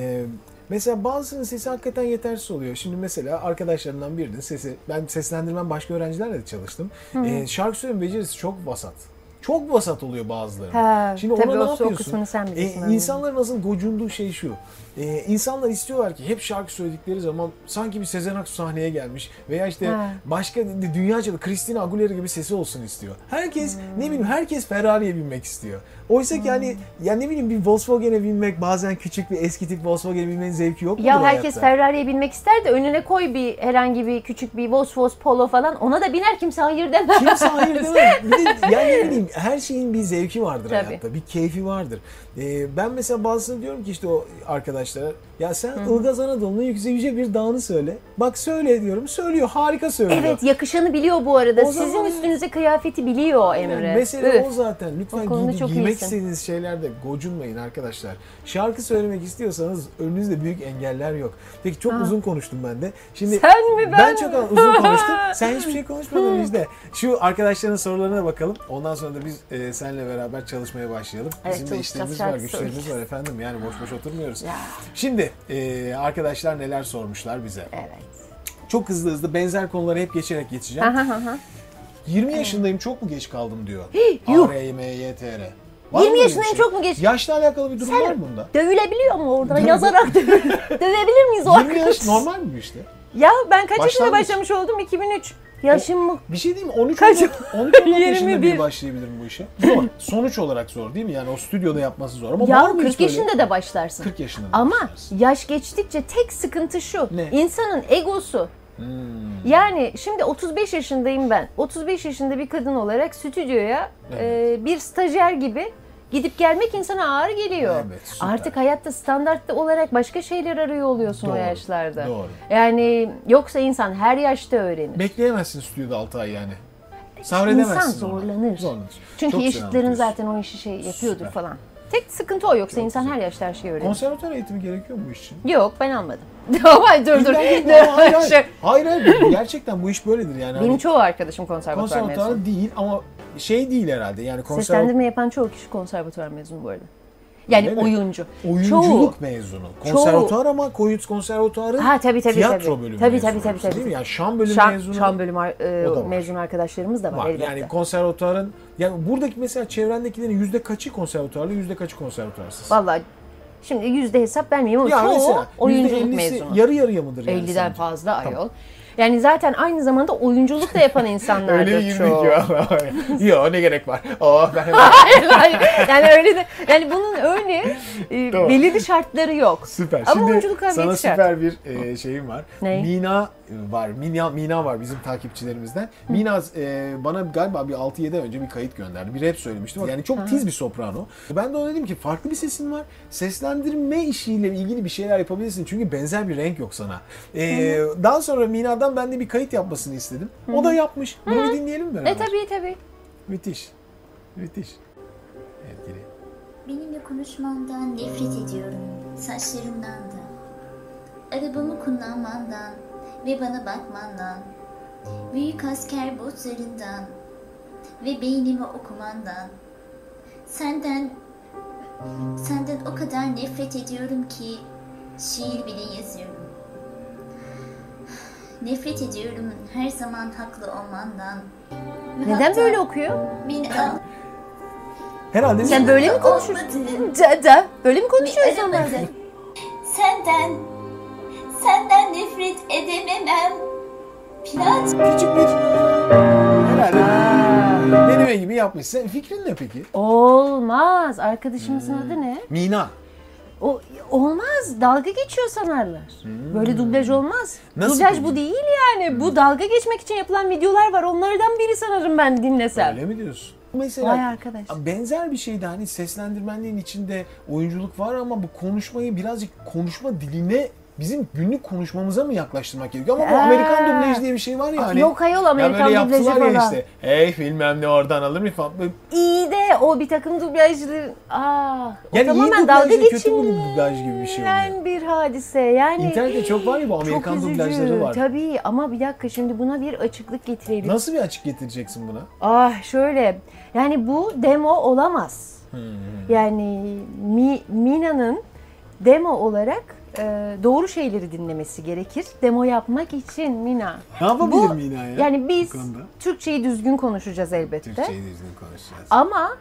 Mesela bazısının sesi hakikaten yetersiz oluyor. Şimdi mesela arkadaşlarımdan birinin sesi, ben seslendirmen başka öğrencilerle de çalıştım. Şarkı söyleme becerisi çok vasat. Çok vasat oluyor bazıları. Şimdi ona ne yapıyorsun? İnsanların asıl gocunduğu şey şu. İnsanlar istiyorlar ki hep şarkı söyledikleri zaman sanki bir Sezen Aksu sahneye gelmiş veya işte başka dünyaca Christina Aguilera gibi sesi olsun istiyor. Herkes ne bileyim herkes Ferrari'ye binmek istiyor. Oysa ki hani ya ne bileyim bir Volkswagen'e binmek, bazen küçük bir eski tip Volkswagen'e binmenin zevki yok mudur ya hayatta? Herkes Ferrari'ye binmek ister de önüne koy bir herhangi bir küçük bir Volkswagen Polo falan, ona da biner, kimse hayır demez. Kimse hayır demez. Bir de yani ne bileyim her şeyin bir zevki vardır hayatta. Bir keyfi vardır. Ben mesela bazısına diyorum ki işte o arkadaşlara ya sen Ilgaz Anadolu'nun yüce bir dağını söyle. Bak söyle diyorum. Söylüyor. Harika söylüyor. Evet, yakışanı biliyor bu arada. Sizin üstünüze kıyafeti biliyor Emre. Yani mesele o zaten. Lütfen giymek istediğiniz şeylerde gocunmayın arkadaşlar. Şarkı söylemek istiyorsanız önünüzde büyük engeller yok. Peki çok uzun konuştum ben de. Şimdi sen mi ben çok uzun konuştum. Sen hiçbir şey konuşmadın işte. Şu arkadaşların sorularına bakalım. Ondan sonra da biz seninle beraber çalışmaya başlayalım. Bizim de işlerimiz var, güçlerimiz var efendim. Yani boş boş oturmuyoruz. Ya. Şimdi arkadaşlar neler sormuşlar bize. Evet. Çok hızlı benzer konuları hep geçeceğim. 20 yaşındayım, çok mu geç kaldım diyor. ARMYTR. 20 yaşındayım, çok mu geç? Yaşla alakalı bir durum var mı bunda? Dövülebiliyor mu orada? Yazarak dövebilir miyiz o arkadaş? 20 yaş normal mi bu işte? Ya ben kaç yaşında başlamış oldum? 2003. Yaşım mı? Bir şey değil mi? 13 yaşında bir başlayabilirim bu işe. Zor. Sonuç olarak zor değil mi? Yani o stüdyoda yapması zor. Ama ya 40 yaşında da başlarsın. 40 yaşında da ama başlarsın. Yaş geçtikçe tek sıkıntı şu. Ne? İnsanın egosu. Yani şimdi 35 yaşındayım ben. 35 yaşında bir kadın olarak stüdyoya bir stajyer gibi gidip gelmek insana ağır geliyor. Evet, artık hayatta standartta olarak başka şeyler arıyor oluyorsun o yaşlarda. Doğru. Yani yoksa insan her yaşta öğrenir. Bekleyemezsin stüdyoda 6 ay yani. Sabredemezsin. İnsan zorlanır. Çünkü yaşıtların zaten o işi yapıyordur falan. Tek sıkıntı o, yoksa insan her yaşta her şeyi öğrenir. Konservatuvar eğitimi gerekiyor mu bu iş için? Yok, ben almadım. dur. Hayır. Gerçekten bu iş böyledir yani. Benim çoğu arkadaşım konservatuvar mezunu. Değil ama şey değil herhalde yani Seslendirme yapan çoğu kişi konservatuvar mezunu bu arada. Yani oyuncu. Oyunculuk mezunu. Konservatuar ama Koyut Konservatuarı tiyatro bölümü tabii, mezunu. Tabii. Değil mi? Yani şan bölümü mezunu. Şan bölümü mezun arkadaşlarımız da var elbette. Yani konservatuarın, yani buradaki mesela çevrendekilerin yüzde kaçı konservatuarlı, yüzde kaçı konservatuarsız? Vallahi şimdi yüzde hesap vermeyeyim ama çoğu oyunculuk mezunu. Yarı yarıya mıdır yani? 50'den sence? Fazla ayol. Tamam. Yani zaten aynı zamanda oyunculuk da yapan insanlardır öyle çoğu. Yok ne gerek var? Ben hayır. Yani öyle de, yani bunun öyle belirli şartları yok. Süper. Ama şimdi oyunculuk sana süper bir şeyim var. Ne? Mina var bizim takipçilerimizden. Mina bana galiba bir 6-7 önce bir kayıt gönderdi. Bir rap söylemiştim. Yani çok tiz bir soprano. Ben de ona dedim ki farklı bir sesin var. Seslendirme işiyle ilgili bir şeyler yapabilirsin. Çünkü benzer bir renk yok sana. Daha sonra Mina'dan ben de bir kayıt yapmasını istedim. O da yapmış. Bunu bir dinleyelim mi beraber? Tabii. Müthiş. Evet, geliyor. Benimle konuşmandan nefret ediyorum. Saçlarından da. Arabamı kullanmandan ve bana bakmandan. Büyük asker botlarından ve beynimi okumandan. Senden o kadar nefret ediyorum ki şiir bile yazıyorum. Nefret ediyorum her zaman haklı olmandan. Neden böyle okuyor? Beni al. Herhalde sen böyle mi konuşuyorsun? Böyle mi konuşuyorsun onlar? Senden nefret edememem. Pilav. Küçük bir herhalde deneme gibi yapmışsın. Fikrin ne peki? Olmaz. Arkadaşımızın adı ne? Mina. Olmaz. Dalga geçiyor sanarlar. Böyle dublaj olmaz. Nasıl dublaj peki? bu değil yani. Bu dalga geçmek için yapılan videolar var. Onlardan biri sanırım ben dinlesem. Öyle mi diyorsun? Mesela vay arkadaş. Benzer bir şeydi hani seslendirmenliğin içinde oyunculuk var ama bu konuşmayı birazcık konuşma diline bizim günlük konuşmamıza mı yaklaştırmak gerekiyor? Ama bu Amerikan dublajı diye bir şey var ya hani. Yok ayol Amerikan ya dublajı falan. Ya işte hey bilmem ne oradan alır mı falan. İyi de o bir takım dublajları o yani tamamen dalga kötü bu dublaj gibi bir şey oluyor. bir hadise yani. İnternette çok var ya bu Amerikan dublajları var. Tabii ama bir dakika şimdi buna bir açıklık getirelim. Nasıl bir açık getireceksin buna? Şöyle yani bu demo olamaz. Yani Mina'nın demo olarak doğru şeyleri dinlemesi gerekir. Demo yapmak için Mina. Ne yapabilir Mina ya? Yani biz Türkçeyi düzgün konuşacağız elbette. Türkçeyi düzgün konuşacağız. Ama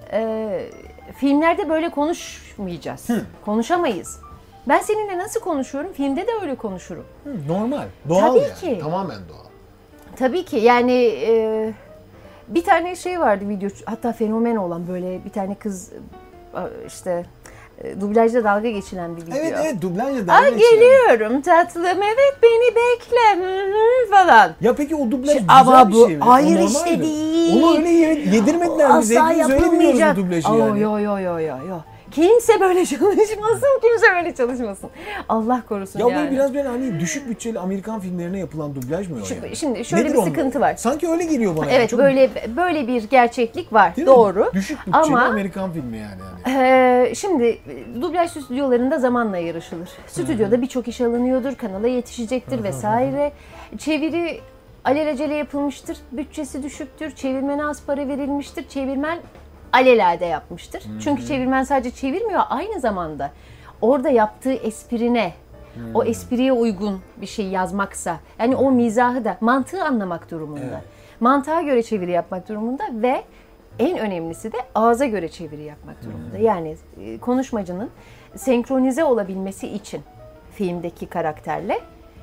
filmlerde böyle konuşmayacağız. Konuşamayız. Ben seninle nasıl konuşuyorum? Filmde de öyle konuşurum. Normal. Doğal tabii yani. Ki. Tamamen doğal. Tabii ki. Yani bir tane şey vardı video. Hatta fenomen olan böyle bir tane kız işte dublajda dalga geçilen bir video. Evet dublajda dalga geçilen. Geliyorum tatlım evet beni bekle falan. Ya peki o dublaj güzel bir şey mi? Hayır işte değil. Onu öyle yedirmediler bize. Hepimiz öyle biliyoruz bu dublajı yani. Yo. Kimse böyle çalışmasın. Allah korusun ya yani. Ya biraz böyle hani düşük bütçeli Amerikan filmlerine yapılan dublaj mı o yani? Şimdi şöyle nedir bir sıkıntı var. Sanki öyle geliyor bana. Evet yani. böyle bir gerçeklik var. Değil doğru. Mi? Düşük bütçeli Amerikan filmi yani. Şimdi dublaj stüdyolarında zamanla yarışılır. Stüdyoda birçok iş alınıyordur, kanala yetişecektir vesaire. Çeviri alelacele yapılmıştır, bütçesi düşüktür, çevirmene az para verilmiştir, çevirmen alelade yapmıştır. Çünkü çevirmen sadece çevirmiyor, aynı zamanda orada yaptığı esprine, o espriye uygun bir şey yazmaksa, yani o mizahı da, mantığı anlamak durumunda. Evet. Mantığa göre çeviri yapmak durumunda ve en önemlisi de ağza göre çeviri yapmak durumunda. Yani konuşmacının senkronize olabilmesi için filmdeki karakterle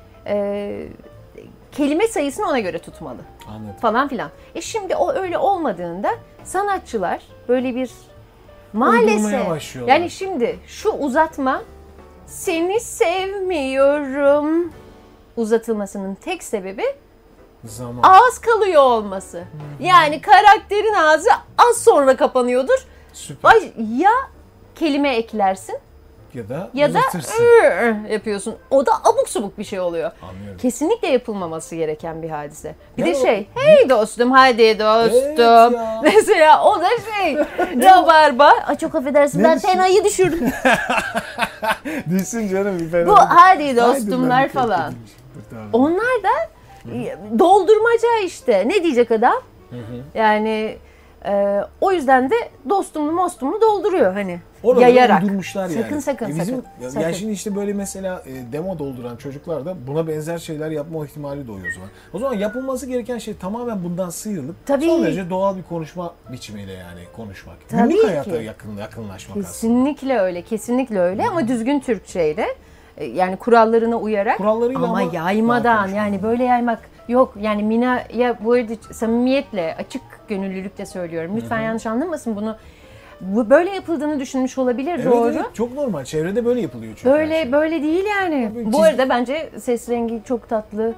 kelime sayısını ona göre tutmalı. Anladım. Falan filan. Şimdi o öyle olmadığında sanatçılar böyle bir maalesef yani şimdi şu uzatma seni sevmiyorum uzatılmasının tek sebebi zaman. Ağız kalıyor olması. Yani karakterin ağzı az sonra kapanıyordur. Süper. Ya kelime eklersin ya da yapıyorsun. O da abuk subuk bir şey oluyor. Anlıyorum. Kesinlikle yapılmaması gereken bir hadise. Bir de hey dostum, hadi dostum. Evet mesela o da rabarba. Çok affedersin ben fenayı düşürdüm. Düşsün canım. Bu hadi dostumlar falan. Onlar da doldurmaca işte. Ne diyecek adam? Yani o yüzden de dostumlu mostumlu dolduruyor hani Oraları yayarak. uydurmuşlar yani. Sakın. Yani şimdi işte böyle mesela demo dolduran çocuklar da buna benzer şeyler yapma ihtimali doğuyor o zaman. O zaman yapılması gereken şey tamamen bundan sıyrılıp son derece doğal bir konuşma biçimiyle yani konuşmak. Günlük hayata yakınlaşmak aslında. Kesinlikle öyle ama düzgün Türkçeyle. Yani kurallarına uyarak ama yaymadan yani böyle yaymak yok. Yani Mina'ya bu arada samimiyetle, açık gönüllülükle söylüyorum. Lütfen yanlış anlamasın bunu. Bu böyle yapıldığını düşünmüş olabilir, doğru. Evet, çok normal. Çevrede böyle yapılıyor çünkü. Böyle değil yani. Bu arada bence ses rengi çok tatlı.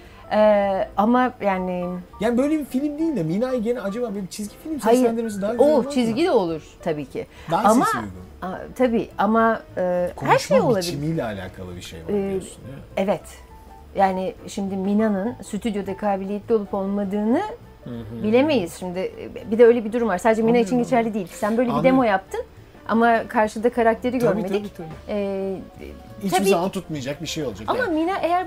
Ama yani böyle bir film değil de Mina'yı gene acaba bir çizgi film seslendirmesi daha güzel olur mu? Çizgi de olur tabii ki. Daha sesi uygun. Tabii ama her şey olabilir. Konuşma biçimiyle alakalı bir şey var diyorsun değil mi? Evet. Yani şimdi Mina'nın stüdyoda kabiliyetli olup olmadığını bilemeyiz şimdi. Bir de öyle bir durum var. Sadece Mina için geçerli değil. Sen böyle bir demo yaptın ama karşıda karakteri görmedik. Hiçbir zaman tutmayacak bir şey olacak. Ama yani. Mina eğer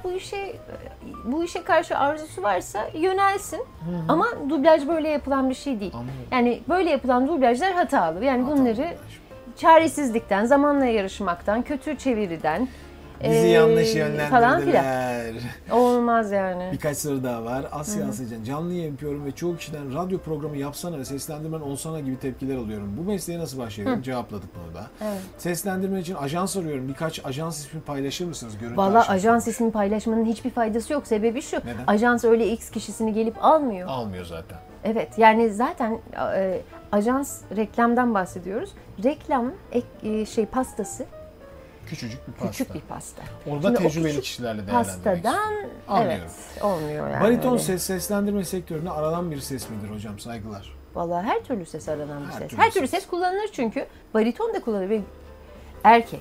bu işe karşı arzusu varsa yönelsin. Ama dublaj böyle yapılan bir şey değil. Anladım. Yani böyle yapılan dublajlar hatalı. Yani bunları çaresizlikten, zamanla yarışmaktan, kötü çeviriden bizi yanlış yönlendirdiler. Olmaz yani. Birkaç soru daha var. Asya Aslıcan, canlı yayın yapıyorum ve çoğu kişiden radyo programı yapsana ve seslendirmen olsana gibi tepkiler alıyorum. Bu mesleğe nasıl başlayalım? Cevapladık bunu da. Evet. Seslendirme için ajans arıyorum. Birkaç ajans ismi paylaşır mısınız? Valla ajans ismi paylaşmanın hiçbir faydası yok. Sebebi şu. Neden? Ajans öyle X kişisini gelip almıyor. Almıyor zaten. Evet yani zaten ajans reklamdan bahsediyoruz. Reklam pastası. Küçücük bir pasta. Küçük bir pasta. Orada şimdi tecrübeli kişilerle değerlendirmek evet olmuyor yani. Bariton seslendirme sektöründe aranan bir ses midir hocam? Saygılar. Vallahi her türlü ses aranan bir ses. Her türlü ses kullanılır çünkü. Bariton da kullanılır. Erkek.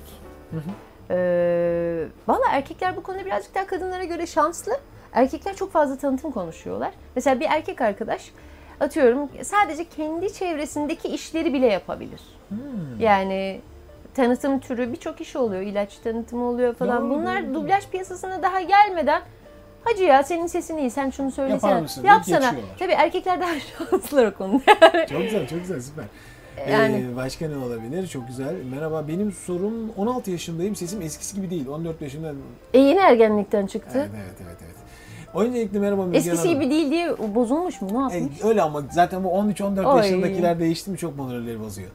Vallahi erkekler bu konuda birazcık daha kadınlara göre şanslı. Erkekler çok fazla tanıtım konuşuyorlar. Mesela bir erkek arkadaş atıyorum sadece kendi çevresindeki işleri bile yapabilir. Yani tanıtım türü birçok iş oluyor. İlaç tanıtımı oluyor falan. Bunlar dublaj piyasasına daha gelmeden hacı ya senin sesin iyi sen şunu söylesene. Yapsana. Tabii erkekler daha şanslılar o konuda. Çok güzel süper. Yani. Başka ne olabilir? Çok güzel. Merhaba benim sorum 16 yaşındayım. Sesim eskisi gibi değil. 14 yaşında. Yeni ergenlikten çıktı. Evet. Öncelikle merhaba Müge eskisi gibi değil diye bozulmuş mu? Ne yapmış? Öyle ama zaten bu 13-14 yaşındakiler değişti mi çok moralleri bozuyor.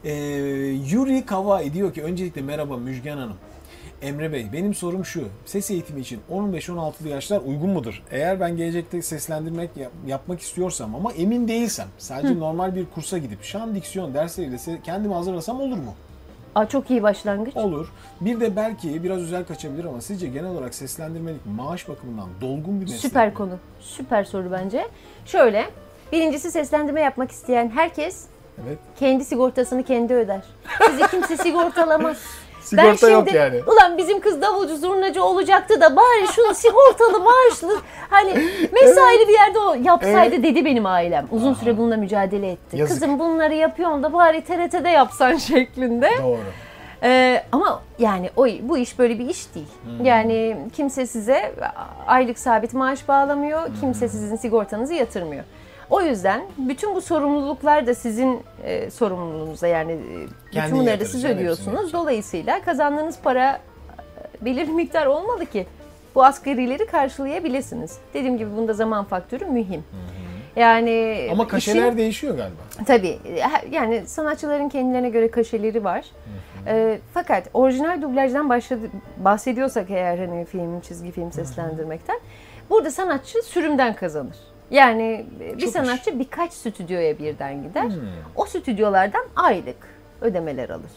Yuri Kawai diyor ki öncelikle merhaba Müjgan Hanım. Emre Bey benim sorum şu. Ses eğitimi için 15-16'lı yaşlar uygun mudur? Eğer ben gelecekte seslendirmek yapmak istiyorsam ama emin değilsem sadece normal bir kursa gidip şan diksiyon dersleriyle kendimi hazırlasam olur mu? Çok iyi başlangıç. Olur. Bir de belki biraz özel kaçabilir ama sizce genel olarak seslendirmelik maaş bakımından dolgun bir meslek Süper mi? konu. Süper soru bence. Şöyle, birincisi seslendirme yapmak isteyen herkes kendi sigortasını kendi öder. Sizi kimse sigortalamaz. Sigorta yok yani. Ulan bizim kız davulcu zurnacı olacaktı da bari şunu sigortalı maaşlı hani mesaili bir yerde yapsaydı dedi benim ailem. Uzun süre bununla mücadele etti. Yazık. Kızım bunları yapıyorsun da bari TRT'de yapsan şeklinde. Doğru. Ama yani bu iş böyle bir iş değil. Yani kimse size aylık sabit maaş bağlamıyor. Kimse sizin sigortanızı yatırmıyor. O yüzden bütün bu sorumluluklar da sizin sorumluluğunuza yani bütün bunları da siz ödüyorsunuz. Dolayısıyla kazandığınız para belirli miktar olmalı ki bu asgarileri karşılayabilirsiniz. Dediğim gibi bunda zaman faktörü mühim. Yani ama kaşeler değişiyor galiba. Tabii. Yani sanatçıların kendilerine göre kaşeleri var. Fakat orijinal dublajdan bahsediyorsak eğer hani çizgi film seslendirmekten burada sanatçı sürümden kazanır. Yani bir sanatçı birkaç stüdyoya birden gider. O stüdyolardan aylık ödemeler alır.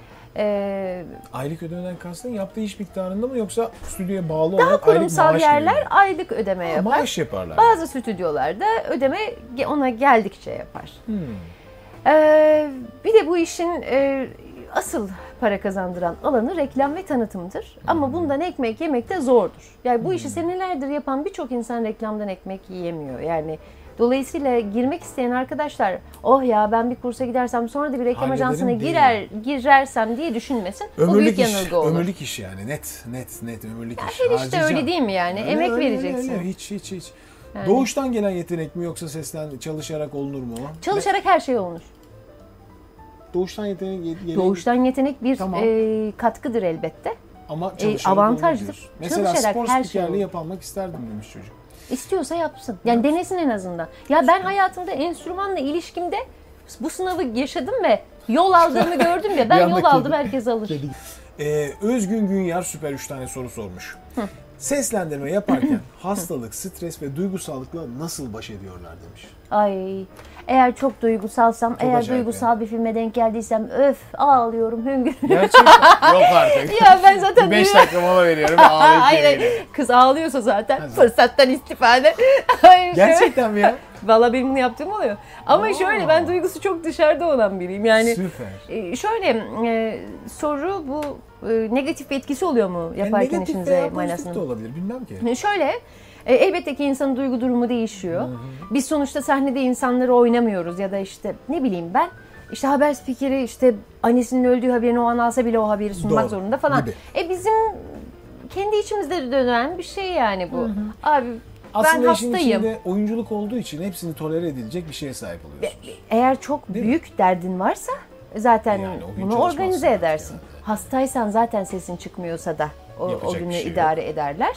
Aylık ödemeden kastın yaptığı iş miktarında mı yoksa stüdyoya bağlı daha olarak kurumsal yerler aylık ödeme yapar. Maaş yaparlar. Bazı stüdyolarda ödeme ona geldikçe yapar. Bir de bu işin asıl para kazandıran alanı reklam ve tanıtımdır. Ama bundan ekmek yemek de zordur. Yani bu işi senelerdir yapan birçok insan reklamdan ekmek yiyemiyor. Yani dolayısıyla girmek isteyen arkadaşlar oh ya ben bir kursa gidersem sonra da bir reklam ajansına girersem diye düşünmesin. O büyük yanılgı olur. Ömürlük iş yani net ömürlük iş. Her işte öyle değil mi yani? Emek vereceksin. Öyle. Hiç. Yani. Doğuştan gelen yetenek mi yoksa çalışarak olunur mu? Çalışarak her şey olunur. doğuştan yetenek Doğuştan yetenek bir Tamam. Katkıdır elbette. Ama çalışarak avantajdır. Mesela Çalışarak spor her şey spikerliği olur. yapmak isterdim demiş çocuk. İstiyorsa yapsın. Yani denesin en azından. Ya ben hayatımda enstrümanla ilişkimde bu sınavı yaşadım ve yol aldığımı gördüm ya. Ben yol aldım, herkes alır. Özgün Günyar süper 3 tane soru sormuş. Seslendirme yaparken hastalık, stres ve duygusallıkla nasıl baş ediyorlar demiş. Ay, eğer çok duygusalsam, eğer duygusal bir filme denk geldiysem ağlıyorum hüngür. Gerçekten yok artık. Ya ben zaten 5 dakika mola veriyorum ve ağlayıp aynen. geliyorum. Kız ağlıyorsa zaten fırsattan istifade. Gerçekten mi ya? Valla benim bunu yaptığım oluyor. Ama şöyle, ben duygusu çok dışarıda olan biriyim. Yani süper. Şöyle soru bu negatif bir etkisi oluyor mu yaparken işinize manasında? Negatif de olabilir, bilmem ki. Şöyle elbette ki insanın duygu durumu değişiyor. Biz sonuçta sahnede insanları oynamıyoruz ya da işte ne bileyim ben işte haber spikeri işte annesinin öldüğü haberini o an alsa bile o haberi sunmak zorunda falan. Gibi. Bizim kendi içimizde dönen bir şey yani bu. Abi aslında ben hastayım. işin içinde oyunculuk olduğu için hepsini tolere edilecek bir şeye sahip oluyorsunuz. Eğer çok büyük derdin varsa zaten yani bunu organize edersin. Yani. Hastaysan zaten sesin çıkmıyorsa da o günü idare ederler.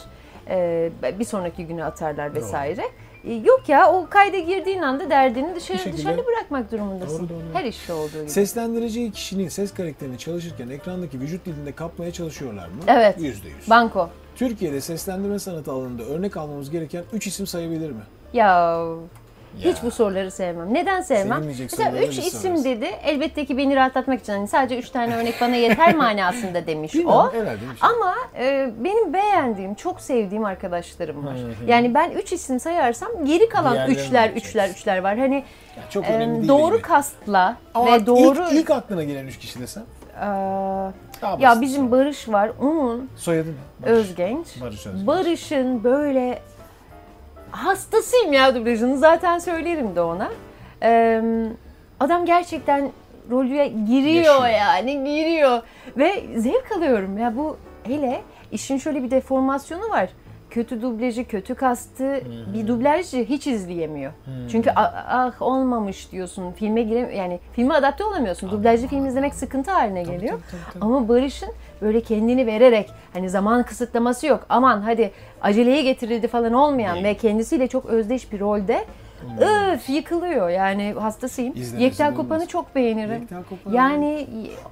Bir sonraki günü atarlar vesaire. Yok ya, o kayda girdiğin anda derdini dışarıda bırakmak durumundasın. Doğru. Her işte olduğu gibi. Seslendirici kişinin ses karakterini çalışırken ekrandaki vücut dilinde kapmaya çalışıyorlar mı? Evet. %100. Banko. Türkiye'de seslendirme sanatı alanında örnek almamız gereken 3 isim sayabilir mi? Ya hiç bu soruları sevmem. Neden sevmem? Mesela 3 isim dedi. Elbette ki beni rahatlatmak için. Hani sadece 3 tane örnek bana yeter manasında demiş o. Ama benim beğendiğim, çok sevdiğim arkadaşlarım var. Yani ben 3 isim sayarsam geri kalan üçler var. Hani çok doğru kastla ve doğru... İlk aklına gelen 3 kişi desem? Ya bizim Barış var. Onun soyadı mı? Özgenç. Barış'ın böyle hastasıyım ya dublajını. Zaten söylerim de ona. Adam gerçekten rolüye giriyor yani. Giriyor. Ve zevk alıyorum. Ya bu hele işin şöyle bir deformasyonu var. Kötü dublajı, kötü kastı bir dublajcı hiç izleyemiyor. Çünkü olmamış diyorsun. Yani filme adapte olamıyorsun. Dublajlı film izlemek sıkıntı haline geliyor. Tabii. Ama Barış'ın böyle kendini vererek, hani zaman kısıtlaması yok. Aman hadi aceleye getirildi falan olmayan ve kendisiyle çok özdeş bir rolde yıkılıyor. Yani hastasıyım. Yekta Kopan'ı çok beğenirim. Yani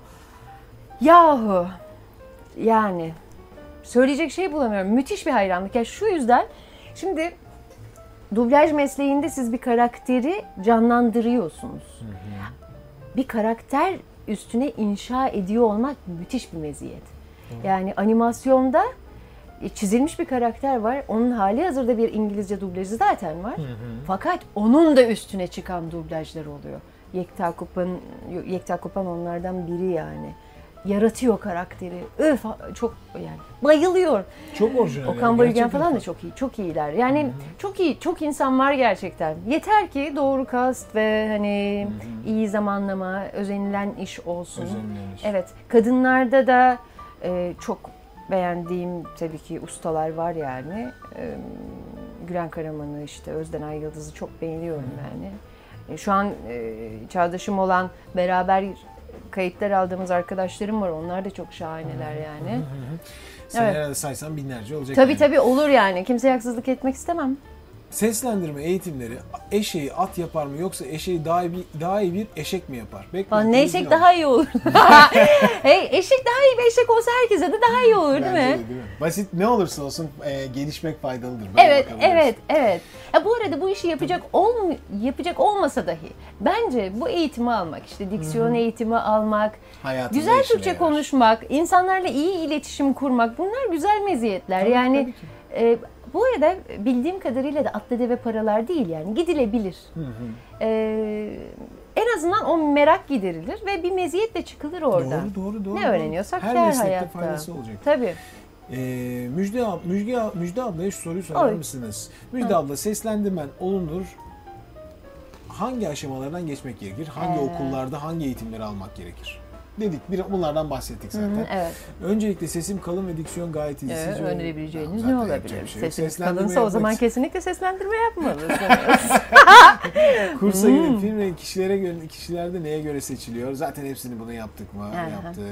yahu yani söyleyecek şey bulamıyorum. Müthiş bir hayranlık. Yani şu yüzden şimdi dublaj mesleğinde siz bir karakteri canlandırıyorsunuz. Bir karakter üstüne inşa ediyor olmak müthiş bir meziyet. Yani animasyonda çizilmiş bir karakter var. Onun hali hazırda bir İngilizce dublajı zaten var. Fakat onun da üstüne çıkan dublajlar oluyor. Yekta Kopan onlardan biri yani. Yaratıyor karakteri. Çok yani bayılıyor. Çok orijinal. Okan Bayülgen falan da çok iyi. Çok iyiler. Yani çok iyi, çok insan var gerçekten. Yeter ki doğru kast ve hani iyi zamanlama, özenilen iş olsun. Evet. Kadınlarda da çok beğendiğim tabii ki ustalar var yani. Gülen Karaman'ı, işte Özden Ay Yıldız'ı çok beğeniyorum yani. Şu an çağdaşım olan beraber kayıtlar aldığımız arkadaşlarım var. Onlar da çok şahaneler yani. Sen herhalde saysan binlerce olacak. Tabii olur yani. Kimseye haksızlık etmek istemem. Seslendirme eğitimleri eşeği at yapar mı yoksa eşeği daha iyi bir eşek mi yapar? Ne eşek daha iyi olur. Eşek daha iyi bir eşek olsa herkese de daha iyi olur değil mi? Basit ne olursa olsun gelişmek faydalıdır. Evet. Bu arada bu işi yapacak olmasa dahi bence bu eğitimi almak, işte diksiyon eğitimi almak, hayatında güzel Türkçe konuşmak, insanlarla iyi iletişim kurmak, bunlar güzel meziyetler. Yani bu arada bildiğim kadarıyla da atlı deve paralar değil yani, gidilebilir. En azından o merak giderilir ve bir meziyetle çıkılır orada. Doğru. Ne öğreniyorsak her meslekte faydası olacak. Tabii. Müjde ablaya şu soruyu sorar mısınız? Müjde abla, seslendirmen olunur. Hangi aşamalardan geçmek gerekir? Hangi okullarda hangi eğitimleri almak gerekir? dedik. Bunlardan bahsettik zaten. Hı, evet. Öncelikle sesim kalın ve diksiyon gayet iyi. Evet, önerebileceğiniz ne olabilir? Sesiniz kalınsa o için zaman kesinlikle seslendirme yapmalısınız. kursa gidip film ve kişilerde neye göre seçiliyor? Zaten hepsini bunu yaptık mı? Aha. Yaptık.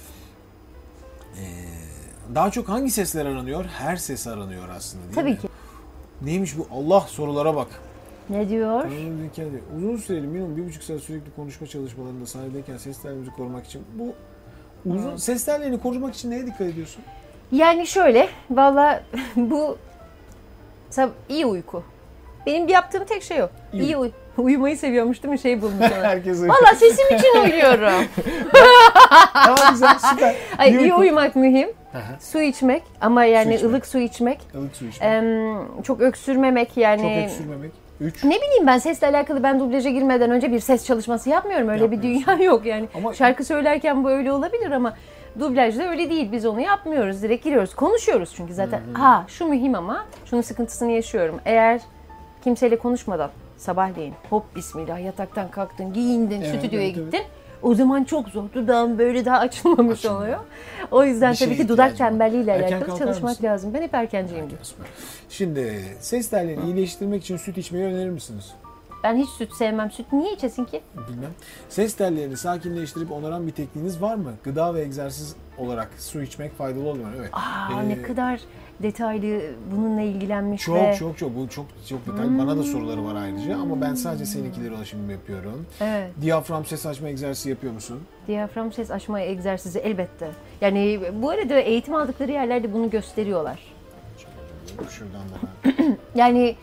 Daha çok hangi sesler aranıyor? Her ses aranıyor aslında değil Tabii mi? ki. Neymiş bu? Allah, sorulara bak. Ne diyor? Uzun süreli minimum 1,5 saat sürekli konuşma çalışmalarında sahnedeyken ses tellerimizi korumak için bu uzun ses tellerini korumak için neye dikkat ediyorsun? Yani şöyle, valla bu iyi uyku. Benim yaptığım tek şey o. İyi uyumayı seviyormuş değil mi? Şey bulmuş ona. Herkes uyuyor. Valla sesim için uyuyorum. Tamam, güzel, süper. İyi uyumak mühim. Su içmek ama yani ılık su içmek. Ilık su içmek. Çok öksürmemek yani. Çok öksürmemek. 3. Ne bileyim ben sesle alakalı ben dublaja girmeden önce bir ses çalışması yapmıyorum. Öyle bir dünya yok yani. Ama şarkı söylerken bu öyle olabilir ama dublajda öyle değil. Biz onu yapmıyoruz. Direkt giriyoruz. Konuşuyoruz çünkü zaten. Şu mühim ama şunun sıkıntısını yaşıyorum. Eğer kimseyle konuşmadan sabahleyin hop bismillah yataktan kalktın, giyindin, stüdyoya gittin. O zaman çok zor. Dudağım böyle daha açılmamış oluyor. O yüzden tabii ki dudak tembelliğiyle alakalı çalışmak lazım. Ben hep erkenciyimdir. Şimdi ses tellerini iyileştirmek için süt içmeyi önerir misiniz? Ben hiç süt sevmem. Süt niye içesin ki? Bilmem. Ses tellerini sakinleştirip onaran bir tekniğiniz var mı? Gıda ve egzersiz olarak su içmek faydalı oluyor. Evet. Ne kadar detaylı bununla ilgilenmiş çok, ve... Bu çok detaylı. Bana da soruları var ayrıca ama ben sadece seninkileri ulaşımı yapıyorum. Evet. Diyafram ses açma egzersizi yapıyor musun? Diyafram ses açma egzersizi elbette. Yani bu arada eğitim aldıkları yerlerde bunu gösteriyorlar. Şuradan da. Yani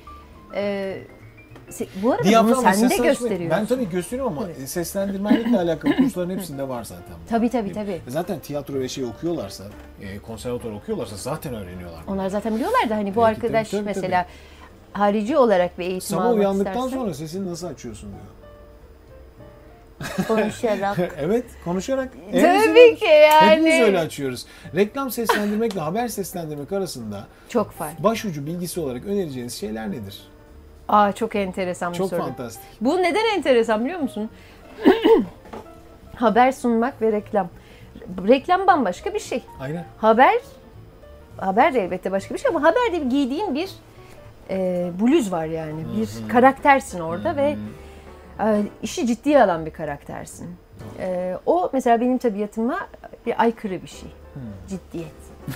bu arada diyafram bunu sen de gösteriyorsun. Ben tabii gösteriyorum ama seslendirmenlikle alakalı kursların hepsinde var zaten. Tabii. Zaten tiyatro ve şey okuyorlarsa, konservatuvar okuyorlarsa zaten öğreniyorlar. Onlar zaten biliyorlar da hani bu arkadaş mesela harici olarak bir eğitim sabah almak uyandıktan istersen. sonra sesini nasıl açıyorsun diyor. Konuşarak. Evet, konuşarak. Tabii ki yani. Hepimiz öyle açıyoruz. Reklam seslendirmekle haber seslendirmek arasında çok fark. Başucu bilgisi olarak önereceğiniz şeyler nedir? Çok enteresan bir soru. Çok fantastik. Bu neden enteresan biliyor musun? Haber sunmak ve reklam. Reklam bambaşka bir şey. Aynen. Haber de elbette başka bir şey ama haberde giydiğin bir bluz var yani. Bir karaktersin orada ve işi ciddiye alan bir karaktersin. O mesela benim tabiatıma bir aykırı bir şey. Ciddiyet.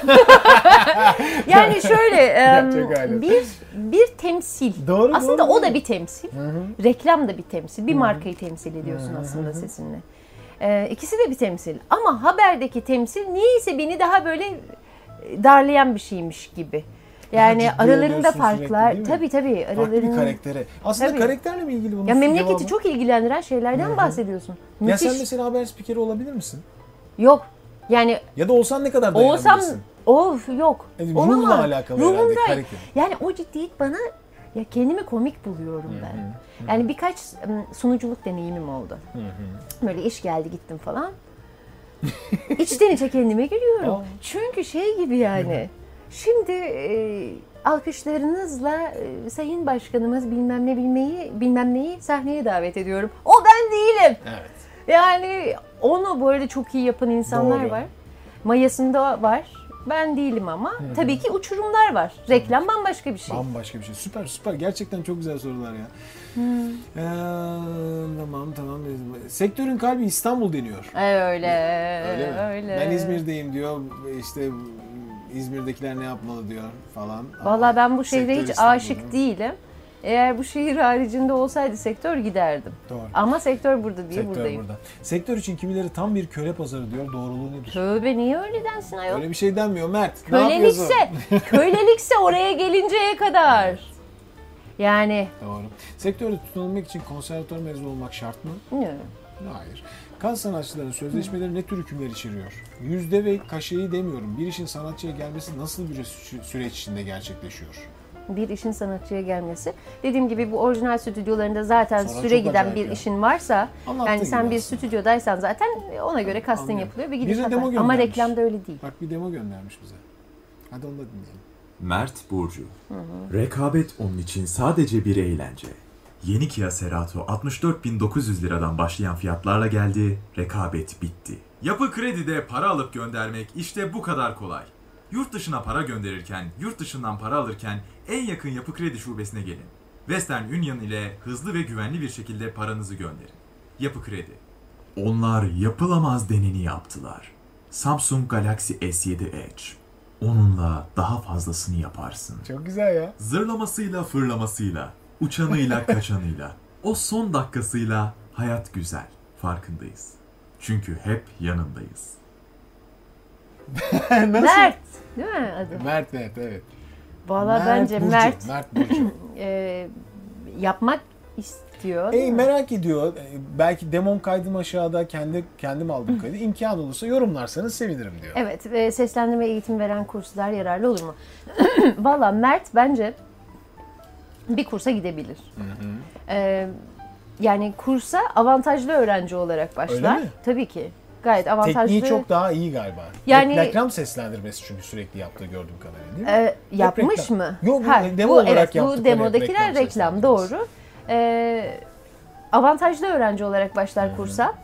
Yani şöyle bir temsil. Doğru, aslında o da bir temsil. Reklam da bir temsil. Bir markayı temsil ediyorsun aslında sesinle. İkisi de bir temsil. Ama haberdeki temsil niyeyse beni daha böyle darlayan bir şeymiş gibi. Yani aralarında farklar. Tabii. Farklı bir karaktere. Aslında karakterle mi ilgili bunun ya memleketi cevabı? çok ilgilendiren şeylerden bahsediyorsun. Müthiş. Ya sen mesela haber spikeri olabilir misin? Yok. Yani ya da olsan ne kadar dayanabilirsin? Yok. Ruhunla alakalı herhalde karakter. Yani o ciddiyet bana ya kendimi komik buluyorum ben. Yani birkaç sunuculuk deneyimim oldu. Böyle iş geldi gittim falan. İçten içe kendime gülüyorum. Çünkü şey gibi yani. Şimdi alkışlarınızla Sayın Başkanımız bilmem neyi sahneye davet ediyorum. O ben değilim. Evet. Yani onu bu arada çok iyi yapan insanlar var. Mayasında var. Ben değilim ama. Tabii ki uçurumlar var. Reklam bambaşka bir şey. Bambaşka bir şey. Süper. Gerçekten çok güzel sorular ya. Tamam. Sektörün kalbi İstanbul deniyor. Öyle. Ben İzmir'deyim diyor. İşte İzmir'dekiler ne yapmalı diyor falan. Vallahi ben bu şehre hiç aşık değilim. Eğer bu şehir haricinde olsaydı sektör giderdim. Doğru. Ama sektör burada diye buradayım. Burada. Sektör için kimileri tam bir köle pazarı diyor. Doğruluğu nedir? Tövbe niye öyle densin ayol? Öyle bir şey denmiyor Mert. Kölelikse oraya gelinceye kadar. Yani. Doğru. Sektörde tutunulmak için konservatuvar mezunu olmak şart mı? Yok. Hayır. Kas sanatçıların sözleşmeleri ne tür hükümler içeriyor? Yüzde ve kaşeyi demiyorum. Bir işin sanatçıya gelmesi nasıl bir süreç içinde gerçekleşiyor? Bir işin sanatçıya gelmesi. Dediğim gibi bu orijinal stüdyolarında zaten sonra süre giden bir işin varsa, yani sen bir aslında stüdyodaysan zaten ona göre casting yapılıyor ve gidişat var. Ama reklamda öyle değil. Bak bir demo göndermiş bize. Hadi onu da dinleyelim. Mert Burcu. Rekabet onun için sadece bir eğlence. Yeni Kia Cerato 64.900 liradan başlayan fiyatlarla geldi, rekabet bitti. Yapı Kredi'de para alıp göndermek işte bu kadar kolay. Yurt dışına para gönderirken, yurt dışından para alırken en yakın Yapı Kredi şubesine gelin. Western Union ile hızlı ve güvenli bir şekilde paranızı gönderin. Yapı Kredi. Onlar yapılamaz deneni yaptılar. Samsung Galaxy S7 Edge. Onunla daha fazlasını yaparsın. Çok güzel ya. Zırlamasıyla fırlamasıyla, uçanıyla kaçanıyla, o son dakikasıyla hayat güzel. Farkındayız. Çünkü hep yanındayız. Nasıl? Mert, değil mi adı? Mert, evet. Valla bence Burcu, Mert Mert Burcu. yapmak istiyor. Merak ediyor. Belki demom kaydım aşağıda, kendim aldım kaydı. İmkan olursa yorumlarsanız sevinirim diyor. Evet, seslendirme eğitim veren kurslar yararlı olur mu? Valla Mert bence bir kursa gidebilir. Yani kursa avantajlı öğrenci olarak başlar. Öyle mi? Tabii ki. Gayet avantajlı. Tekniği çok daha iyi galiba. Yani- Reklam seslendirmesi çünkü sürekli yaptığı gördüğüm kadarıyla değil mi? Yapmış reklam. mı? Yok, bu demo olarak evet, yaptıkları bu demodakiler reklam reklam, seslendirmesi. doğru. Avantajlı öğrenci olarak başlar kursa.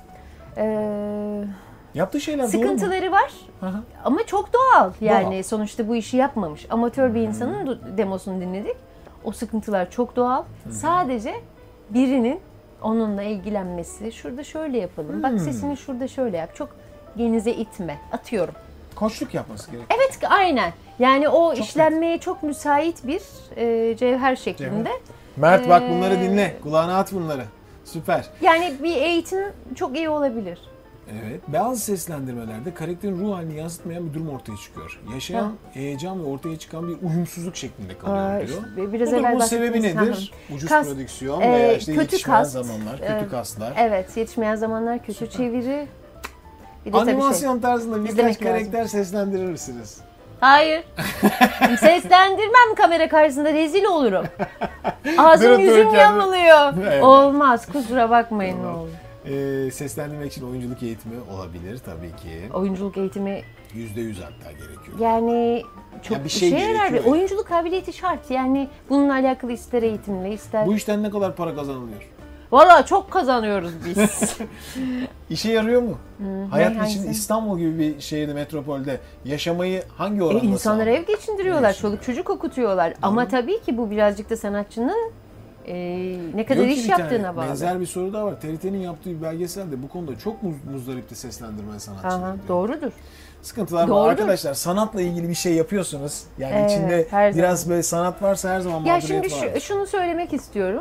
Yaptığı şeyler doğru mu? Sıkıntıları var Aha. ama çok doğal. Yani Doğal. sonuçta bu işi yapmamış. Amatör bir insanın demosunu dinledik. O sıkıntılar çok doğal. Sadece birinin onunla ilgilenmesi, şurada şöyle yapalım, bak sesini şurada şöyle yap, çok genize itme, atıyorum. Koçluk yapması gerekiyor. Evet, aynen. Yani o işlenmeye çok müsait bir cevher şeklinde. Mert bak bunları dinle. Kulağına at bunları. Süper. Yani bir eğitim çok iyi olabilir. Evet. Bazı seslendirmelerde karakterin ruh halini yansıtmayan bir durum ortaya çıkıyor. Yaşayan heyecan ve ortaya çıkan bir uyumsuzluk şeklinde kalıyor diyor. İşte biraz Bu evvel durumun sebebi bahsettiğimiz- nedir? Ucuz Kas- prodüksiyon veya işte kötü yetişmeyen kast, zamanlar, kötü kaslar. Evet, yetişmeyen zamanlar, kötü çeviri. Bir de tabii Animasyon tarzında birkaç İzlemek karakter seslendirir misiniz? Hayır. Seslendirmem kamera karşısında, rezil olurum. Ağzım Durup yüzüm dururken- yamuluyor. Evet. Olmaz, kusura bakmayın ne olur. Seslendirmek için oyunculuk eğitimi olabilir tabii ki. Oyunculuk eğitimi %100 hatta gerekiyor. yani çok Ya bir şey işe yarar. gerekiyor Ve yani. oyunculuk kabiliyeti şart. Yani bununla alakalı ister eğitimle ister... Bu işten ne kadar para kazanılıyor? Valla çok kazanıyoruz biz. İşe yarıyor mu? Hayat için hangisi? İstanbul gibi bir şehirde, metropolde yaşamayı hangi oranda İnsanlara sağlıyor? ev geçindiriyorlar, çoluk çocuk okutuyorlar. Ama tabii ki bu birazcık da sanatçının ne kadar Diyor ki iş bir tane, yaptığına bağlı. benzer bir soru daha var. TRT'nin yaptığı bir belgeselde bu konuda çok muzdaripti seslendirmen sanatçıları Aha, diyor. doğrudur. Sıkıntılar var. Doğrudur. Arkadaşlar sanatla ilgili bir şey yapıyorsunuz. Yani Evet, içinde her biraz zaman. böyle sanat varsa her zaman Ya mağduriyet şimdi vardır. şunu söylemek istiyorum.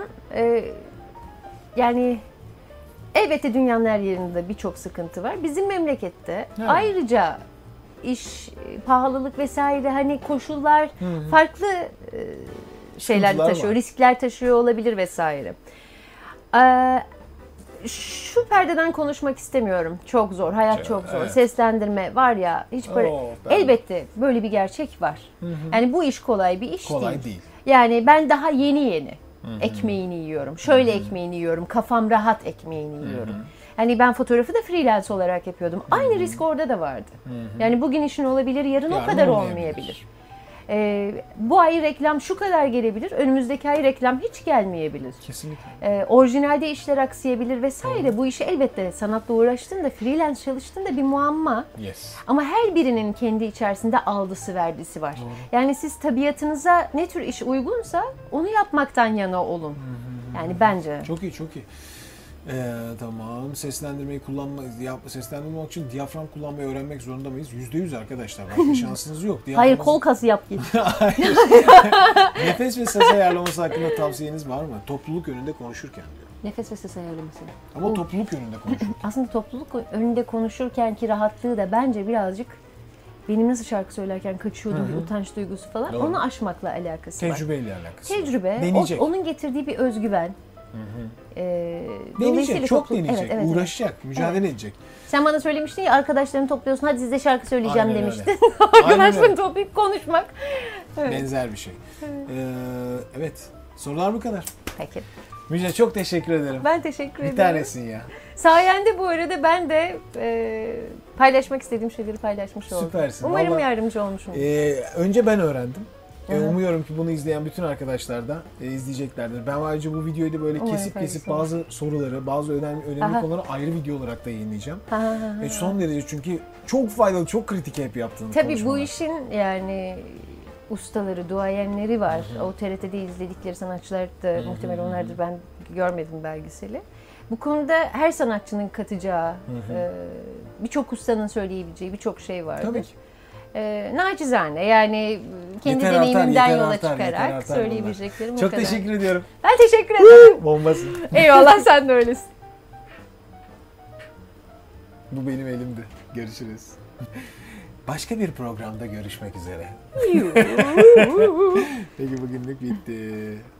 Yani elbette dünyanın her yerinde birçok sıkıntı var. Bizim memlekette Evet. ayrıca iş, pahalılık vesaire hani koşullar farklı şeyler Sıkıntılar taşıyor, var. riskler taşıyor olabilir vesaire. Şu perdeden konuşmak istemiyorum. Çok zor, hayat çok zor. Evet. Seslendirme var ya, hiç para... Elbette böyle bir gerçek var. Yani bu iş kolay bir iş Kolay değil. Yani ben daha yeni ekmeğini yiyorum. Şöyle ekmeğini yiyorum. Kafam rahat ekmeğini yiyorum. Yani ben fotoğrafı da freelance olarak yapıyordum. Aynı risk orada da vardı. Yani bugün işin olabilir, yarın o Yarın kadar olmayabilir. olmayabilir. Bu ay reklam şu kadar gelebilir, önümüzdeki ay reklam hiç gelmeyebilir. Kesinlikle. Orijinalde işler aksayabilir vesaire. Bu işi elbette sanatla uğraştığında, freelance çalıştığında bir muamma. Yes. Ama her birinin kendi içerisinde aldısı verdisi var. Yani siz tabiatınıza ne tür iş uygunsa onu yapmaktan yana olun. Yani bence. Çok iyi, çok iyi. Tamam. Seslendirmeyi seslendirmek için diyafram kullanmayı öğrenmek zorunda mıyız? %100 arkadaşlar. Başka şansınız yok. Hayır, kol kası yap git. Nefes ve ses ayarlaması hakkında tavsiyeniz var mı? Topluluk önünde konuşurken diyor. Nefes ve ses ayarlaması. Ama topluluk önünde konuşurken. Aslında topluluk önünde konuşurkenki rahatlığı da bence birazcık benim nasıl şarkı söylerken kaçıyordum, bir utanç duygusu falan. Doğru. Onu aşmakla alakası var. Tecrübeyle alakası var. Tecrübe, Deneyecek. onun getirdiği bir özgüven. Deneyecek, çok deneyecek, Evet. uğraşacak, mücadele edecek. Sen bana söylemiştin ya, arkadaşlarını topluyorsun, hadi size şarkı söyleyeceğim Aynen demiştin. öyle. Aynen Arkadaşlarını öyle. toplayıp konuşmak. Evet. Benzer bir şey. Evet, sorular bu kadar. Peki. Müjde çok teşekkür ederim. Ben teşekkür ederim. Bir tanesin ya. Sayende bu arada ben de paylaşmak istediğim şeyleri paylaşmış oldum. Süpersin. Umarım Vallahi, yardımcı olmuşum. Önce ben öğrendim. Umuyorum ki bunu izleyen bütün arkadaşlar da izleyeceklerdir. Ben ayrıca bu videoyu da böyle kesip bazı soruları, bazı önemli konuları ayrı video olarak da yayınlayacağım. Son derece çünkü çok faydalı, çok kritik hep yaptığım Tabii bu işin yani ustaları, duayenleri var. O TRT'de izledikleri sanatçılar da muhtemelen onlardır. Ben görmedim belgeseli. Bu konuda her sanatçının katacağı, birçok ustanın söyleyebileceği birçok şey vardır. Tabii ki. Nacizane yani kendi deneyimimden yola çıkarak söyleyebileceklerim bu kadar. kadar. Çok teşekkür ediyorum. Ben teşekkür ederim. Bombası. Eyvallah, sen de öylesin. Bu benim elimdi. Görüşürüz. Başka bir programda görüşmek üzere. Peki bugünlük bitti.